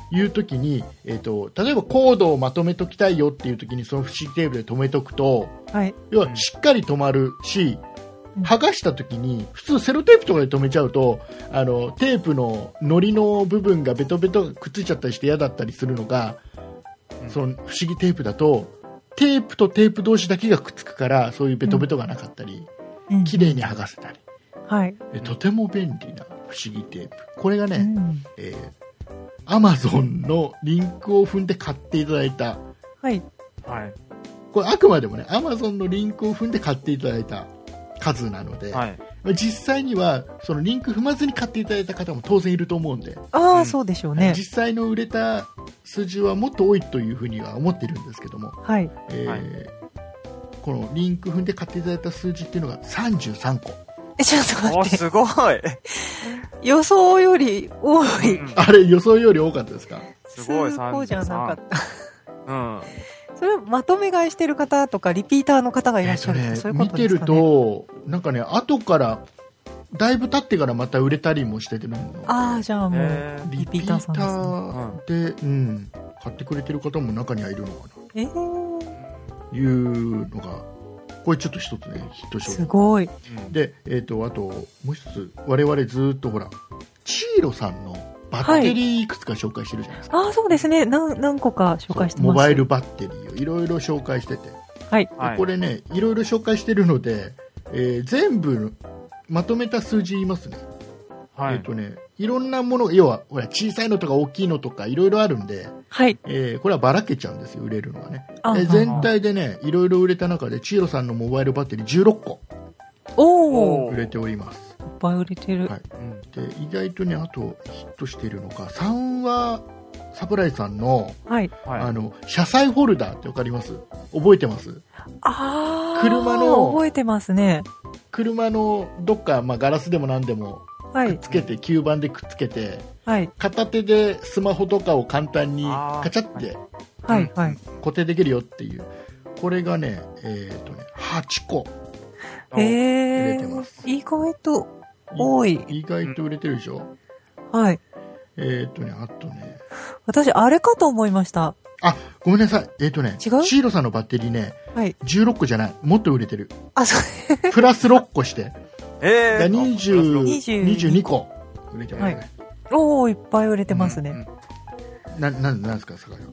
いうときに、えっと、例えばコードをまとめときたいよっていうときにその不思議テープで止めとくと、 はい。 要はしっかり止まるし、 うん剥がしたときに普通セロテープとかで止めちゃうとあのテープの糊の部分がベトベトがくっついちゃったりして嫌だったりするのが、 うんその不思議テープだとテープとテープ同士だけがくっつくからそういうベトベトがなかったり、 うん綺麗に剥がせたり、 はい。 えとても便利な不思議テープ。これがね、 うんえー、Amazon のリンクを踏んで買っていただいた、 はい。 はい。 これあくまでもね Amazon のリンクを踏んで買っていただいた数なので、 はい。 実際にはそのリンク踏まずに買っていただいた方も当然いると思うんで、 ああ、 うんそうでしょうね。 実際の売れた数字はもっと多いというふうには思ってるんですけども、 はい。 えーはいこのリンク踏んで買っていただいた数字っていうのがさんじゅうさんこ。 え、ちょっとお、 待って。 すごい。 予想より多い。 うんあれ予想より多かったですか？ すごい、 数個じゃなかった。 うん。 それまとめ買いしてる方とかリピーターの方がいらっしゃるとか、 えっとそういうね、見てることですかね。 となんかね後からだいぶ経ってからまた売れたりもしてるので、 ああ、じゃあもう、 へーリピーターさんですね。 で、うん、買ってくれてる方も中にはいるのかえー、 なというのがこれちょっと一つねヒット商品すごい。 うんで、えー、とあともう一つ我々ずっとほらチーロさんのバッテリーいくつか紹介してるじゃないですか、 ああ、そうですね。何、何個か紹介してます。 モバイルバッテリーをいろいろ紹介してて、 はい。 ではい。 これねいろいろ紹介してるので、えー全部まとめた数字言いますね、 はいえっ、とねいろんなもの要はほら小さいのとか大きいのとかいろいろあるんで、 はい。 えーこれはばらけちゃうんですよ売れるのはね。 あえー全体でねいろいろ売れた中でチーロさんのモバイルバッテリーじゅうろっこおー。 お売れております。 いっぱい売れてる。 はいうんで意外とねあとヒットしているのが三和サプライさんのはい。 はい。 あの車載ホルダーってわかります？覚えてます？ ああ。 車の覚えてますね。 車のどっか、まあ、ガラスでも何でもはい。 つけて吸盤でくっつけてはい。 片手でスマホとかを簡単にあーカチャってはい。はい。 固定できるよっていうこれがねえっ、とねはちこおへえ売れてます。 意外と多い。 意外と売れてるでしょ、 はい。 えっ、とねあとね私、あれかと思いました。 あごめんなさいえっ、とね違うシーロさんのバッテリーねはい。 じゅうろっこじゃないもっと売れてるあ、そう。 プラスろっこしてえー。 にじゅうにじゅうにじゅうにこ売れてますね、 おー、いっぱい売れてますね。 うんなななんですか酒井さ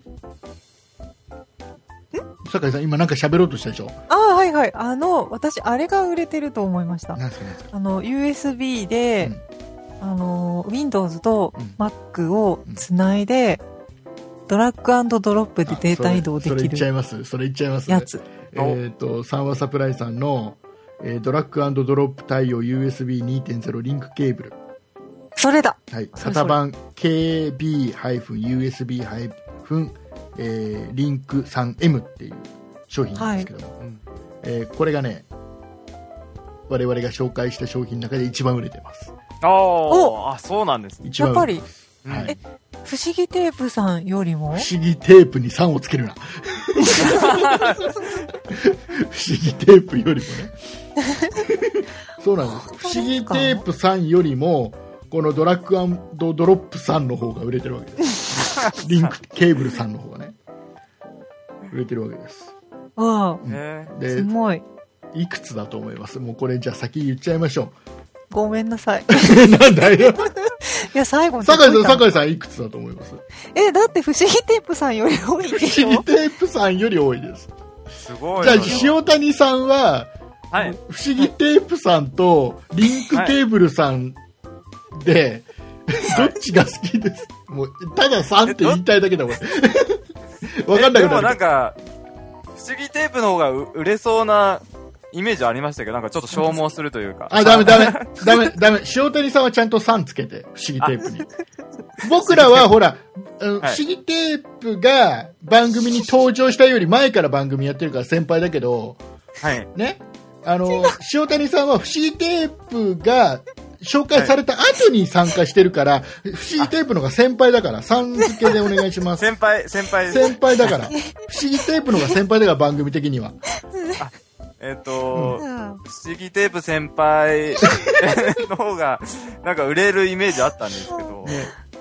ん酒井さん今なんか喋ろうとしたでしょ？ ああ、はいはい。あの、私、あれが売れてると思いました。 なんですかなんですか？ あの、ユーエスビー で、あの、Windows とうん Mac をつないで、ドラッグドロップでデータ移動でそれそれ言っちゃきるいますそれ言っちゃいますやつ。 えっ、と三和サプライさんの、えードラッグドロップ対応 ユーエスビーにてんゼロ リンクケーブル、 それだはい、 それ型番 ケービーユーエスビー えーリンク スリーエム っていう商品なんですけども、 うんえーこれがね我々が紹介した商品の中で一番売れてますおー、あ、そうなんですね。 一番売れてますうんはい、 不思議テープさんよりも不思議テープにさんをつけるな不思議テープよりもねそうなんです不思議テープさんよりもこのドラッグドロップさんの方が売れてるわけですリンクケーブルさんの方がね売れてるわけですわへあ、 ですごい。 いくつだと思います？もうこれじゃあ先言っちゃいましょごめんなさい。 うなんだよいや、最後に。 酒井さん酒井さんいくつだと思います？ え、だって不思議テープさんより多いで不しょ思議テープさんより多いですー。すごい。 じゃあ塩谷さんははい。 不思議テープさんとリンクケーブルさんで、どっちが好きですもうたださんって言いたいだけだもんわかんなくえでもなるなんか、不思議テープの方がう売れそうなイメージありましたけど、なんかちょっと消耗するというか。 あダメダメダメダメ塩谷さんはちゃんとさんつけて不思議テープに僕らはほら、うんはい不思議テープが番組に登場したより前から番組やってるから先輩だけどはい。 ね、あの塩谷さんは不思議テープが紹介された後に参加してるから、不思議テープの方が先輩だからさん付けでお願いします先輩、先輩です。 先輩だから不思議テープの方が先輩だから番組的にはえっと、 うん不思議テープ先輩の方が、なんか売れるイメージあったんですけど。 ね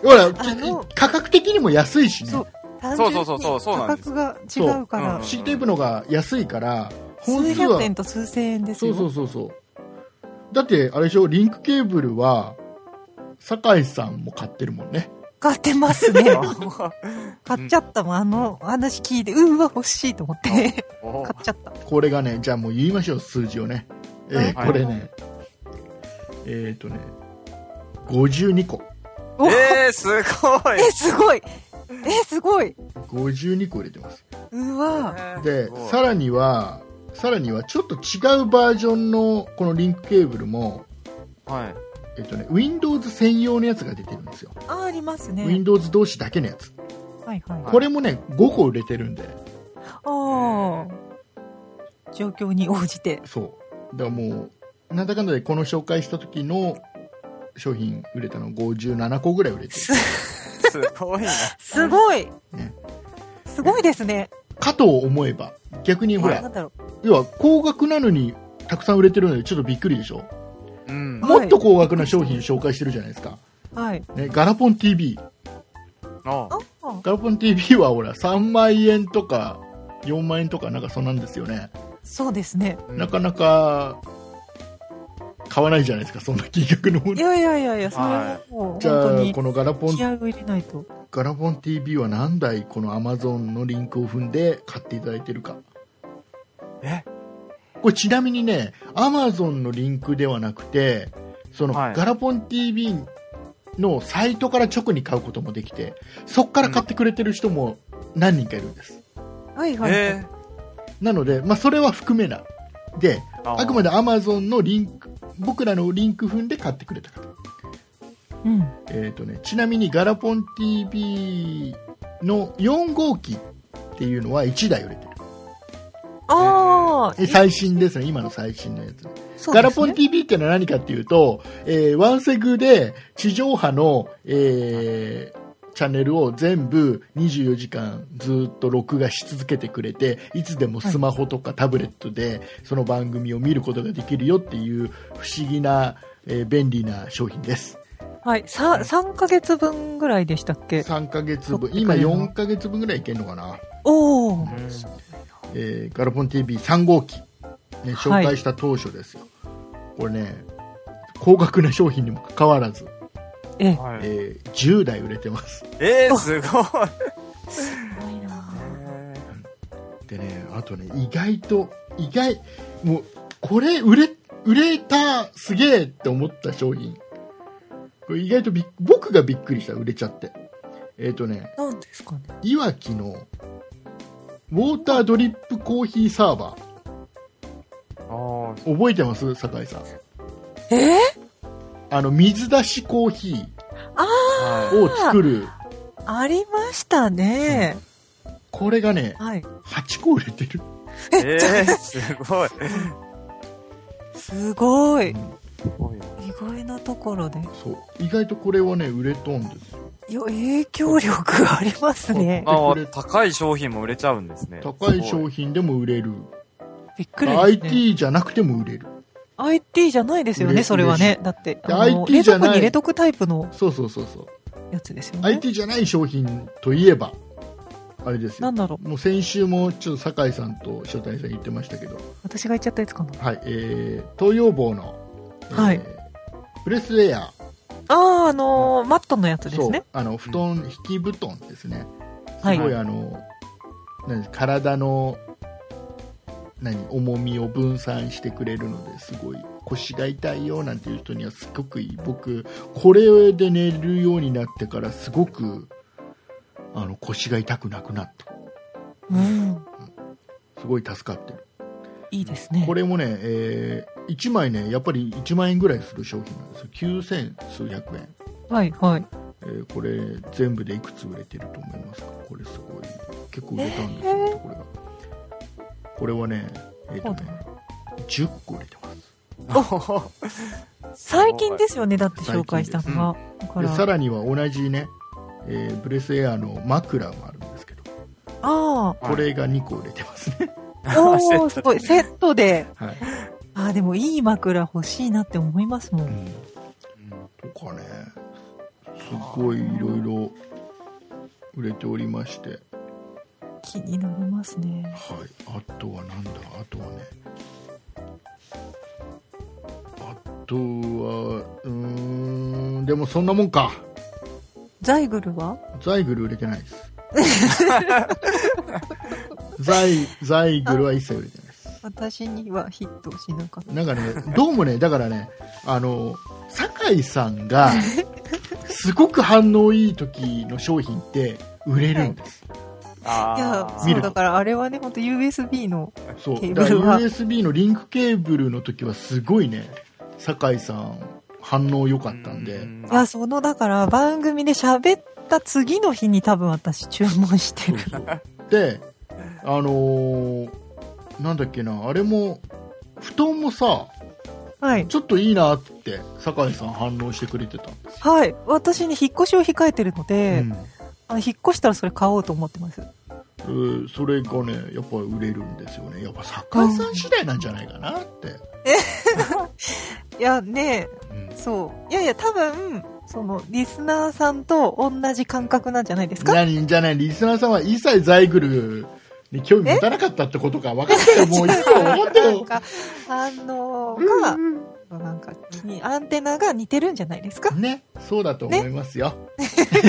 ほら、価格的にも安いしね。 そうそうそうそう、そうなんです。 価格が違うから。 シーテープのが安いから、 本数は数百円と数千円ですよ。 そうそうそうそう。だって、あれでしょ、リンクケーブルは、酒井さんも買ってるもんね。 買ってますね。買っちゃったもん。あの話聞いて、うわ、欲しいと思って。買っちゃった。 これがね、じゃあもう言いましょう、数字をね。えーはい、これね、えっ、ー、とね、ごじゅうにこ。 えー、すごい。 え、すごい。え、すごい。 ごじゅうにこ入れてます。 うわ。 で、さらには、さらにはちょっと違うバージョンのこのリンクケーブルも、 はい。 えっとね、Windows 専用のやつが出てるんですよ。 あ、ありますね。 Windows 同士だけのやつ。 はいはい。 これもね、ごこ売れてるんで。 ああ。状況に応じて。 そう。だからもう、なんだかんだでこの紹介した時の商品売れたのごじゅうななこぐらい売れてる。 すごいな。 すごい。ね。すごいですね。 かと思えば、逆にほら、要は高額なのにたくさん売れてるのでちょっとびっくりでしょ。うん、もっと高額な商品紹介してるじゃないですか。 はい。 ね、ガラポン ティービー。 ああ。ガラポン ティービー はほらさんまんえんとかよんまんえんとかなんかそんなんですよね。 そうですね。 なかなか買わないじゃないですか、そんな金額のもの。 いやいやいやいや、それはもうじゃあこのガラポン気合を入れないと。 ガラポン ティービー は何台この Amazon のリンクを踏んで買っていただいてるか。 え？ これちなみにね、Amazon のリンクではなくて、その、はい、ガラポン ティービー のサイトから直に買うこともできて、そこから買ってくれてる人も何人かいるんです。 はいはい、はい。 なので、まあ、それは含めない。で、あくまで Amazon のリンク、僕らのリンク踏んで買ってくれた方。 うん。 えっとね、ちなみにガラポン ティービー のよん号機っていうのはいちだい売れてる。 ああ、 最新ですね、今の最新のやつ。ね、ガラポン ティービー ってのは何かっていうと、えー、ワンセグで地上波の、えー、チャンネルを全部にじゅうよじかんずっと録画し続けてくれて、いつでもスマホとかタブレットでその番組を見ることができるよっていう不思議な、えー、便利な商品です。 はい、さ、さんかげつぶんぐらいでしたっけ？ さんかげつぶん、今よんかげつぶんぐらいいけんのかな。 おー。 えー、ガラポン ティービーさん号機、ね、紹介した当初ですよ、はい、これね高額な商品にもかかわらず、 ええー、じゅうだい売れてます。 えー、すごいすごいな。 でね、あとね、意外と意外もうこれ売れ売れたすげえって思った商品、これ意外とび僕がびっくりした、売れちゃって。えっ、ー、とね、 何ですかね、 いわきのウォータードリップコーヒーサーバー。あ、覚えてます？酒井さん。 えー、 あの、水出しコーヒーを作る。 ありましたね、 うん。これがね、 はい、 はちこ売れてる。 えー、すごい。 すごい。 うん、 意外なところで。 そう。意外とこれはね、売れとんですよ。 いや、影響力ありますね。 あ、高い商品も売れちゃうんですね。 高い商品でも売れる。 びっくりですね。 アイティー じゃなくても売れる。 アイティー じゃないですよね、それはね。だって、 アイティー じゃない。冷蔵庫に入れとくタイプの。 そうそうそうそう。 やつですよね。 アイティー じゃない商品といえば、あれですよ。 なんだろう。 もう先週もちょっと酒井さんと塩谷さん言ってましたけど。 私が言っちゃったやつかな。 はい、えー、東洋坊の、えー、 はい。 プレスエア。 ああ、あのー、マットのやつですね。 そう、あの、布団、引き布団ですね。すごい、はい、あの、何、体の、何、重みを分散してくれるので、すごい、腰が痛いよなんていう人にはすごくいい。僕、これで寝るようになってから、すごく、あの、腰が痛くなくなった。 うん。 すごい助かってる。 いいですね。 これもね、えー、いちまいね、やっぱりいちまんえんぐらいする商品なんですよ。きゅうせんすうひゃくえん。 はいはい。 えー、これ全部でいくつ売れてると思いますか？これすごい結構売れたんですよ、えー、これが。これはね、えーとね、じゅっこ売れてます。最近ですよね、だって紹介したのが。 うん、からでさらには同じね、えー、ブレスエアの枕もあるんですけど、 あこれがにこ売れてますね。 おー、すごい。セットで。 はい。 あー、でもいい枕欲しいなって思いますもん。うん。 とかね、 ごいいろいろ売れておりまして、 気になりますね。 はい。あとはなんだ、あとはね、あとはうーんでもそんなもんか。 ザイグルは？ ザイグル売れてないです。ザイザイグルは一切売れてないです。 私にはヒットしなかった。 なんかね、どうもね、だからね、あの酒井さんがすごく反応いい時の商品って売れるんです。 はい、 いや、そうだからあれはね、本当 ユーエスビー のケーブルは。 そう、だから ユーエスビー のリンクケーブルの時はすごいね、酒井さん反応良かったんで。 んいや、そのだから番組で喋った次の日に多分私注文してる。 そうそうで、あのー、なんだっけな、あれも布団もさ、はい、ちょっといいなって酒井さん反応してくれてたんですよ。 はい、私に引っ越しを控えてるので、うん、あの引っ越したらそれ買おうと思ってます。 えー、それがねやっぱり売れるんですよね。やっぱ酒井さん次第なんじゃないかなって、うん、 いやね、うん、そういやいや多分そのリスナーさんと同じ感覚なんじゃないですか。 何じゃない、リスナーさんは一切ザイグルに興味持たなかったってことか分かったよ。もういいよ、分かったよ。なんか反応が、うんうん、なんかにアンテナが似てるんじゃないですかね。そうだと思いますよ、ね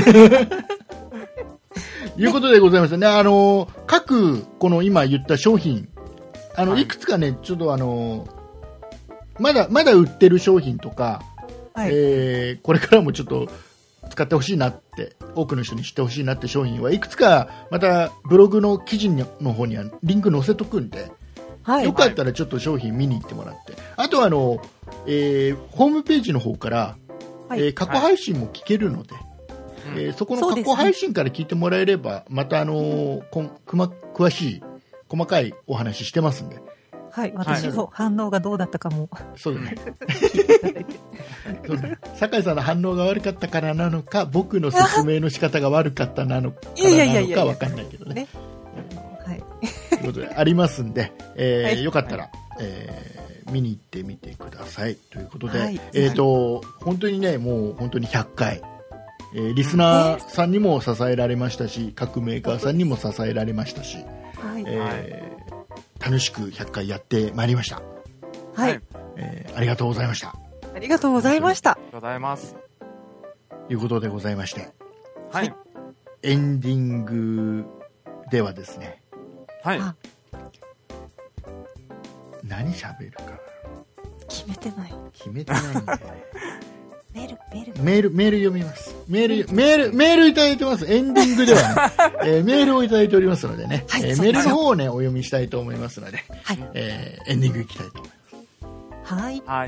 いうことでございますね。あの各この今言った商品、あの、はい、いくつかねちょっとあのまだまだ売ってる商品とか、はい、えー、これからもちょっと使ってほしいなって、多くの人に知ってほしいなって商品はいくつかまたブログの記事の方にはリンク載せとくんで、はい、よかったらちょっと商品見に行ってもらって、あとはあの、えー、ホームページの方から、はい、えー、過去配信も聞けるので、はい、えー、そこの過去配信から聞いてもらえれば、またあのー、こくま詳しい細かいお話してますんで、 はい、私の反応がどうだったかも。 そうだね。そうね。酒井さんの反応が悪かったからなのか、僕の説明の仕方が悪かったなのかわかんないけどね。ね、はい。ということでありますんで、えーはい、よかったら、えー、見に行ってみてくださいということで、はい、えっと本当にね、もう本当にひゃっかい、えー、リスナーさんにも支えられましたし、各メーカーさんにも支えられましたし、はい、えー楽しくひゃっかいやってまいりました。はい、えー、ありがとうございました。 ありがとうございました。 ありがとうございます。 ということでございまして、 はい。 エンディングではですね、 はい。 何喋るか決めてない。 決めてないんだよね。 メール、メール、 メール、メール読みます。メール、メール、メールいただいてます。エンディングではね、えー、メールをいただいておりますのでね、はい、えー、メールの方をね、お読みしたいと思いますので、はい、えー、エンディングいきたいと思います。 はい。 はい。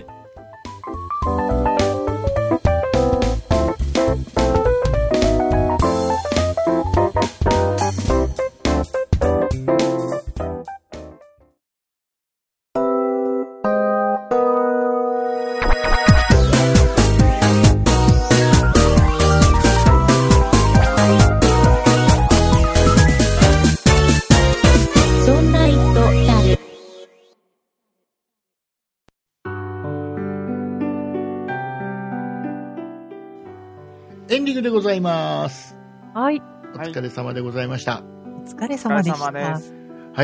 エンディングでございます。 はい。 お疲れ様でございました。 お疲れ様でした。 はい、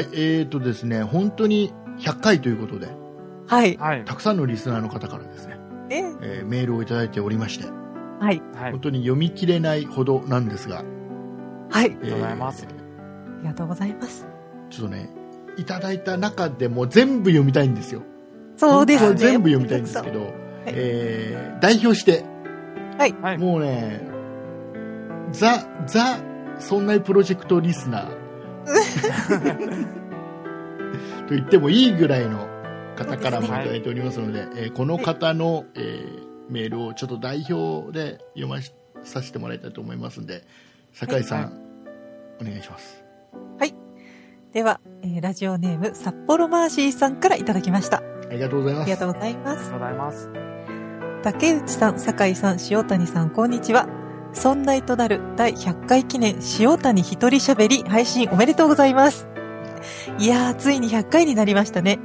えーとですね、本当にひゃっかいということで、 はい。 たくさんのリスナーの方からですね、ええー、メールをいただいておりまして、 はい。 本当に読み切れないほどなんですが、 はい。ありがとうございます。 ありがとうございます。 ちょっとね、いただいた中でも全部読みたいんですよ。 そうですね。 全部読みたいんですけど、はい、えー、代表して、 はい。 もうね、ザ、ザ、そんなプロジェクトリスナーと言ってもいいぐらいの方からもいただいておりますので、で、ね、えー、この方の、えー、メールをちょっと代表で読まさせてもらいたいと思いますので、酒井さん、はい、お願いします。 はい。では、えー、ラジオネーム、札幌マーシーさんからいただきました。 ありがとうございます。 ありがとうございます。 ありがとうございます。 竹内さん、酒井さん、塩谷さん、こんにちは。そんないとなるだいひゃっかい記念塩谷一人喋り配信おめでとうございます。いやー、ついにひゃっかいになりましたね。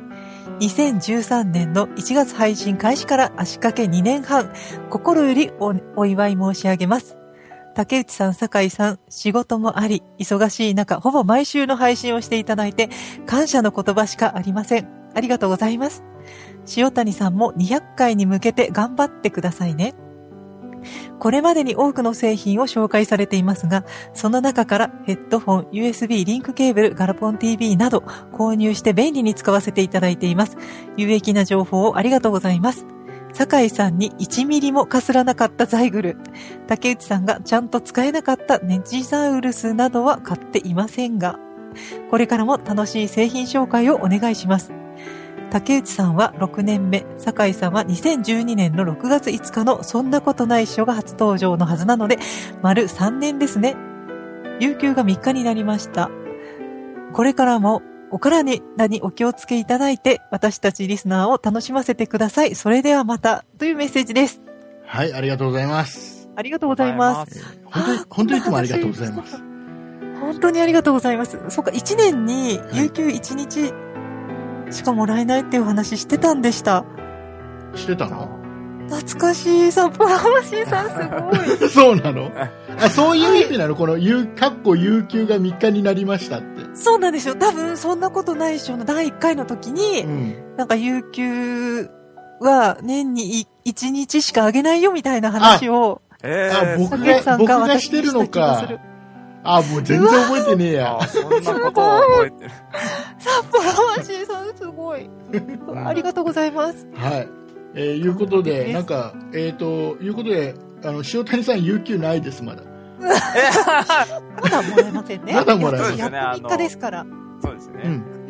にせんじゅうさんねんのいちがつ配信開始から足掛けにねんはん、心より お, お祝い申し上げます。竹内さん、酒井さん、仕事もあり、忙しい中、ほぼ毎週の配信をしていただいて、感謝の言葉しかありません。ありがとうございます。塩谷さんもにひゃっかいに向けて頑張ってくださいね。これまでに多くの製品を紹介されていますが、その中からヘッドフォン、ユーエスビー リンクケーブル、ガラポン ティーブイ など購入して便利に使わせていただいています。有益な情報をありがとうございます。酒井さんにいちミリもかすらなかったザイグル、竹内さんがちゃんと使えなかったネジザウルスなどは買っていませんが、これからも楽しい製品紹介をお願いします。竹内さんはろくねんめ、酒井さんはにせんじゅうにねんのろくがついつかのそんなことないっしょが初登場のはずなので、丸さんねんですね。有給がみっかになりました。これからもお体にお気をつけいただいて、私たちリスナーを楽しませてください。それではまた、というメッセージです。 はい、ありがとうございます。 ありがとうございます。 えー、本当に、本当にいつもありがとうございます。 本当にありがとうございます。そうか、いちねんに有給いちにちしかもらえないっていう話してたんでした。 してたの？ 懐かしい。サッポロマシーさんすごい。 そうなの？あ、そういう意味なの？この、有、かっこ有給がみっかになりましたって。 そうなんですよ。多分、そんなことないっしょのだいいっかいの時に、うん、なんか有給は年にいちにちしかあげないよみたいな話を、 あ、えー、あ僕が、僕がしてるのか。あ、もう全然覚えてねえや。 あ、そんなことを覚えてる。 サッポロマシーさんすごい。ありがとうございます。 はい。えー、いうことで、なんか、えっ、ー、と、いうことで、あの、塩谷さん、有給ないです、まだ。 まだもらえませんね。 まだもらえません。 やっとみっかですから。 そうですね。うん、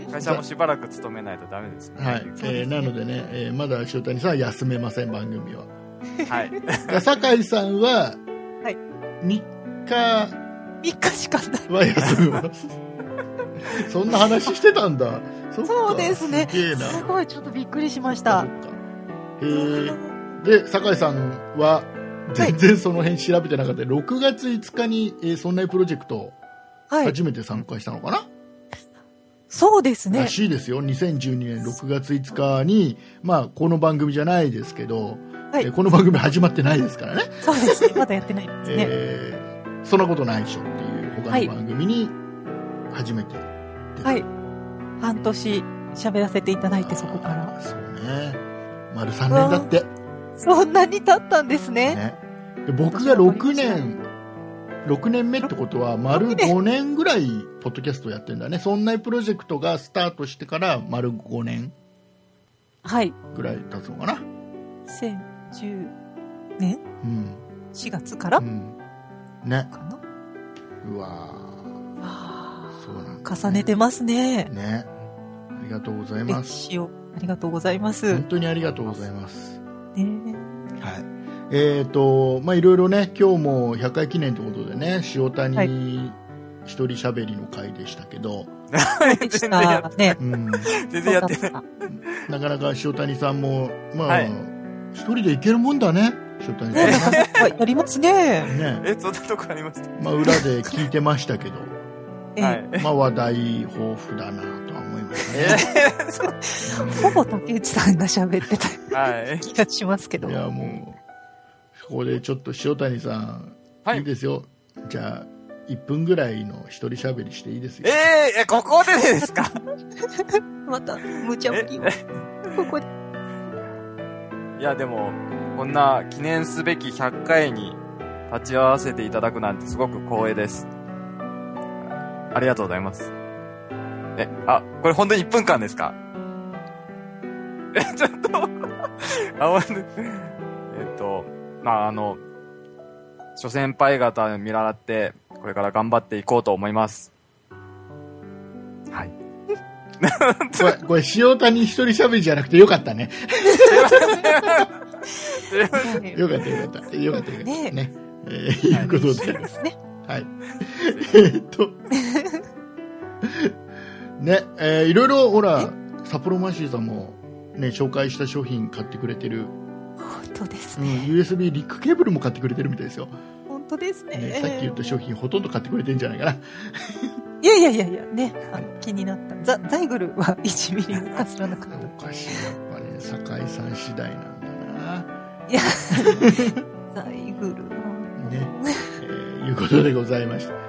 会社もしばらく勤めないとダメですね。 はい。えー、なのでね、えー、まだ塩谷さんは休めません、番組は。 はい。 酒井さんは、 はい。 みっか、 みっかしかない。 は休めます。そんな話してたんだ。 そそうですね。 すげえな。 すごい、ちょっとびっくりしました。 へー。で、酒井さんは、全然その辺調べてなかった。はい、ろくがついつかに、えー、そんなプロジェクト、初めて参加したのかな、はい、 そうですね。 らしいですよ。にせんじゅうにねんろくがついつかに、まあ、この番組じゃないですけど、はい、えー、この番組始まってないですからね。 そうですね。まだやってないですね。 えー、そんなことないでしょっていう他の番組に初めて出た。 はい。半年喋らせていただいて、そこから。 そうね。丸さんねんだって。 そんなに経ったんですね。ね、 で僕がろくねん、ろくねんめってことは、丸ごねんぐらい、ポッドキャストやってるんだね。そんなプロジェクトがスタートしてから、丸ごねん。 はい。 ぐらい経つのかな。 にせんじゅうねん、うん、しがつから、うん、 ね。 かな。 うわー。そうなんだ、ね。 重ねてますね。 ね。ありがとうございます。 歴史を。ありがとうございます。 本当にありがとうございます。 ね、 はい。えっ、ー、と、まあ、いろいろね、今日もひゃっかい記念ということでね、塩谷一人喋りの回でしたけど、 はい、全然やってない。うん、全然やってない。 なかなか塩谷さんも、まあ、はい、一人でいけるもんだね、塩谷さん。 ね、やりますね。 ね。 え、そんなとこありました？ まあ、裏で聞いてましたけど、はい、まあ、話題豊富だなとは思いましたね。 えー、ほぼ竹内さんが喋ってた気がしますけど。 いや、もう、ここでちょっと塩谷さん、はい、いいですよ。じゃあ、いっぷんぐらいの一人喋りしていいですよ。 えー、ここでですか？ また、無茶ぶりを。ここで。 いや、でも、こんな記念すべきひゃっかいに立ち会わせていただくなんてすごく光栄です。ありがとうございます。え、あ、これ本当にいっぷんかんですか？え、ちょっと、あ、ほんと、えっと、まあ、あの、諸先輩方見習って、これから頑張っていこうと思います。はい。 これ、これ、塩谷一人喋りじゃなくてよかったね。よかったよかった。よかったよかった。ね。ねえー、いうことで。はい。ですね、はい。えー、っと。ね、えー、いろいろ、ほら、札幌マシーさんも、ね、紹介した商品買ってくれてる。 本当ですね。 うん、ユーエスビー リックケーブルも買ってくれてるみたいですよ。 本当ですね。 ね、さっき言った商品ほとんど買ってくれてるんじゃないかな。 いやいやいやいや、ね、あの気になった。ザ、ザイグルはいちミリもかすらなかった。 おかしい、やっぱね、酒井さん次第なんだな。 いや、ザイグルね、えー、いうことでございました。はい。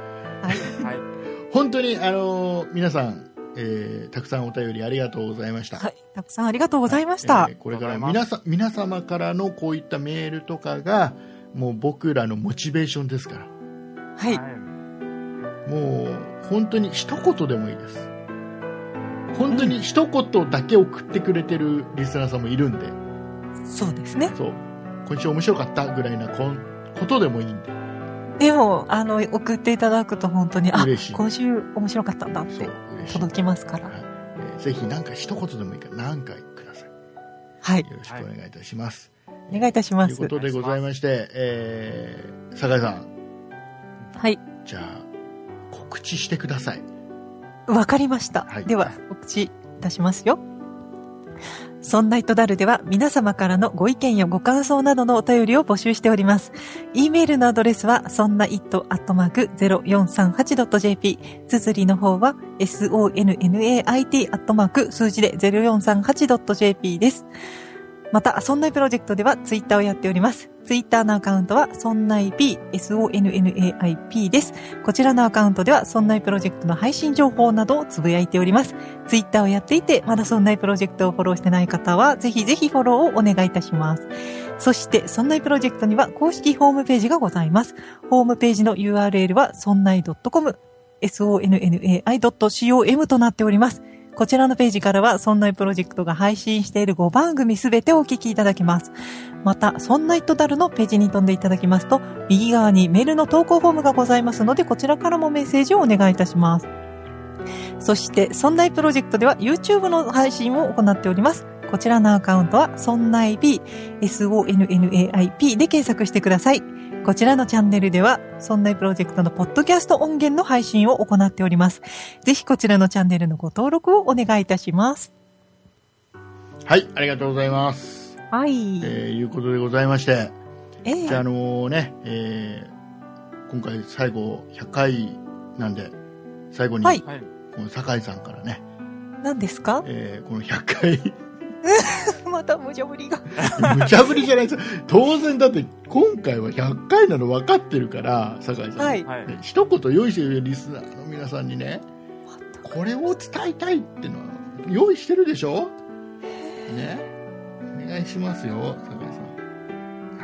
はい。本当に、あのー、皆さん、えー、たくさんお便りありがとうございました。 はい。たくさんありがとうございました。はい、えー、これから皆さん、皆様からのこういったメールとかが、もう僕らのモチベーションですから。 はい。 もう、本当に一言でもいいです。本当に一言だけ送ってくれてるリスナーさんもいるんで。 そうですね。 そう。今週面白かったぐらいなことでもいいんで。 でも、あの、送っていただくと本当に、あ、 嬉しい。 今週面白かったんだって届きますから。はい、 えー、ぜひなんか一言でもいいから何回ください。 はい。 よろしくお願いいたします。 はい、お願いいたします。 ということでございまして、えー、酒井さん。 はい。 じゃあ、告知してください。 わかりました。はい、では、告知いたしますよ。そんな糸だるでは皆様からのご意見やご感想などのお便りを募集しております。e メールのアドレスはそんな イット アットマーク ゼロよんさんはち ドット ジェーピー。綴りの方は エスオーエヌエヌエーアイティー アットマーク数字で ゼロよんさんはち ドット ジェーピー です。また、そんないプロジェクトではツイッターをやっております。ツイッターのアカウントは、そんない P、エスオーエヌエヌエーアイピー です。こちらのアカウントでは、そんないプロジェクトの配信情報などをつぶやいております。ツイッターをやっていて、まだそんないプロジェクトをフォローしてない方は、ぜひぜひフォローをお願いいたします。そして、そんないプロジェクトには公式ホームページがございます。ホームページの ユーアールエル は、そんない ドットコム、ソンナイ ドットコム となっております。こちらのページからは、そんないプロジェクトが配信しているごばんぐみすべてお聞きいただけます。また、そんないとだるのページに飛んでいただきますと、右側にメールの投稿フォームがございますので、こちらからもメッセージをお願いいたします。そして、そんないプロジェクトでは YouTube の配信を行っております。こちらのアカウントは、そんない P、ソンナイ ピー で検索してください。こちらのチャンネルでは、そんないプロジェクトのポッドキャスト音源の配信を行っております。ぜひこちらのチャンネルのご登録をお願いいたします。 はい、ありがとうございます。 はい。 えー、いうことでございまして、 えー、 じゃあ、あのー、ね、えー、今回最後ひゃっかいなんで、最後に、はい、この酒井さんからね、 何ですか？ えー、このひゃっかいまた無茶ぶりが無茶ぶりじゃないです。当然だって今回はひゃっかいなの分かってるから酒井さん、 はいね、一言用意してるリスナーの皆さんにね、これを伝えたいっていうのは用意してるでしょね。お願いしますよ酒井さん。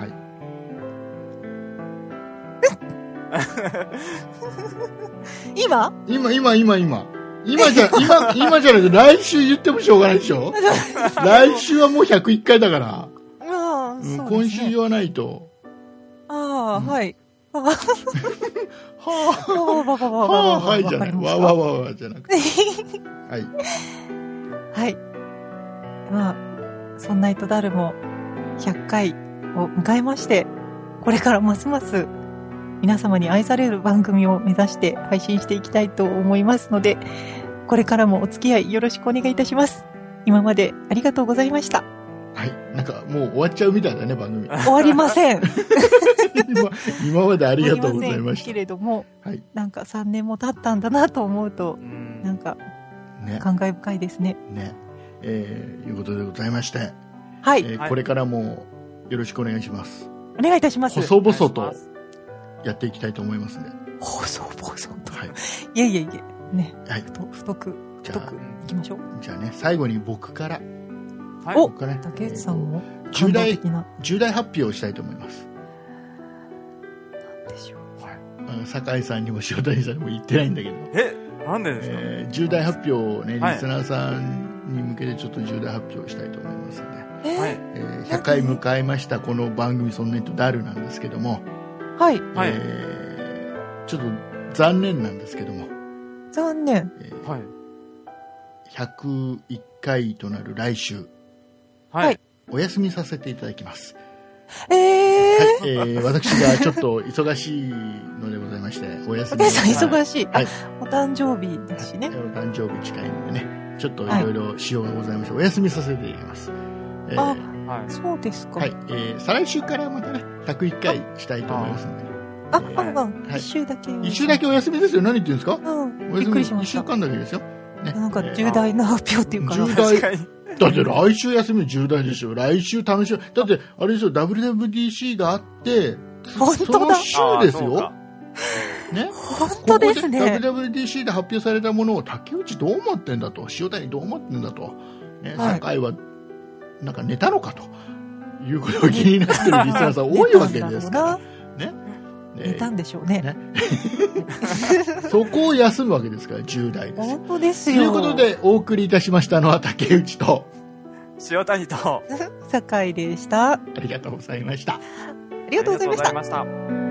はい今今今今今今じゃ、今、今じゃなくて来週言ってもしょうがないでしょ来週はもうひゃくいっかいだから。 ああ、 うん、そうですね。今週言わないと。 ああ、うん、はい。はあ、 はあ、はいじゃない。わわわわじゃなくて。はい。 はい。まあ、そんな糸だるもひゃっかいを迎えまして、これからますます皆様に愛される番組を目指して配信していきたいと思いますので、これからもお付き合いよろしくお願いいたします。今までありがとうございました。 はい。なんかもう終わっちゃうみたいだね、番組。 終わりません。 今, 今までありがとうございました。 けれども、 はい、 なんかさんねんも経ったんだなと思うと、んなんか、ね、感慨深いですね。 ね。えー、いうことでございまして、 はい、 えー。これからもよろしくお願いします。 お願いいたします。 細々とやっていきたいと思いますね。 細々と。 はい。 いやいやいや、ね。 はい。 太く、太くいきましょう。 じゃあね、最後に僕から。 はい。お、ね、竹内さんも重大、重大発表をしたいと思います。 なんでしょう。 はい。あの、酒井さんにも塩谷さんにも言ってないんだけど。 え、なんでですか？ えー、重大発表をね、リスナーさんに向けてちょっと重大発表をしたいと思いますので。 はい。 えー、ひゃっかい迎えましたこの番組そんなにとダルなんですけども。 はい。 えー、ちょっと残念なんですけども。 残念。 えー、はい。ひゃくいっかいとなる来週。 はい。 お休みさせていただきます。 えー。 はい。えー、私がちょっと忙しいのでございまして、お休み。 お父さん忙しい。 はい。 お誕生日だしね。 お誕生日近いのでね、ちょっといろいろ仕様がございまして、はい、お休みさせていただきます。 えー、あ、はい、そうですか。 はい。えー、再来週からまたね、ひゃくいっかいしたいと思いますので。 あ、あ、あ、一週だけ。 一週だけお休みですよ。何言ってるんですか？ うん。 おびっくりしました。 一週間だけですよ。 ね。なんか重大な発表っていうかな。 重大。だって来週休み重大でしょ。来週楽しい。だって、あれですよ、ダブリューダブリューディーシー があって、 本当だ。 その週ですよ。ね。 本当ですね。 ここで ダブリューダブリューディーシー で発表されたものを竹内どう思ってんだと、塩谷どう思ってんだと、ね、はい、酒井はなんか寝たのかということが気になってるリスナーさん多いわけですから。ね。 寝たんでしょうね。ねそこを休むわけですから重大です。 本当ですよ。 ということでお送りいたしましたのは竹内と塩谷と酒井でした。 ありがとうございました。ありがとうございました。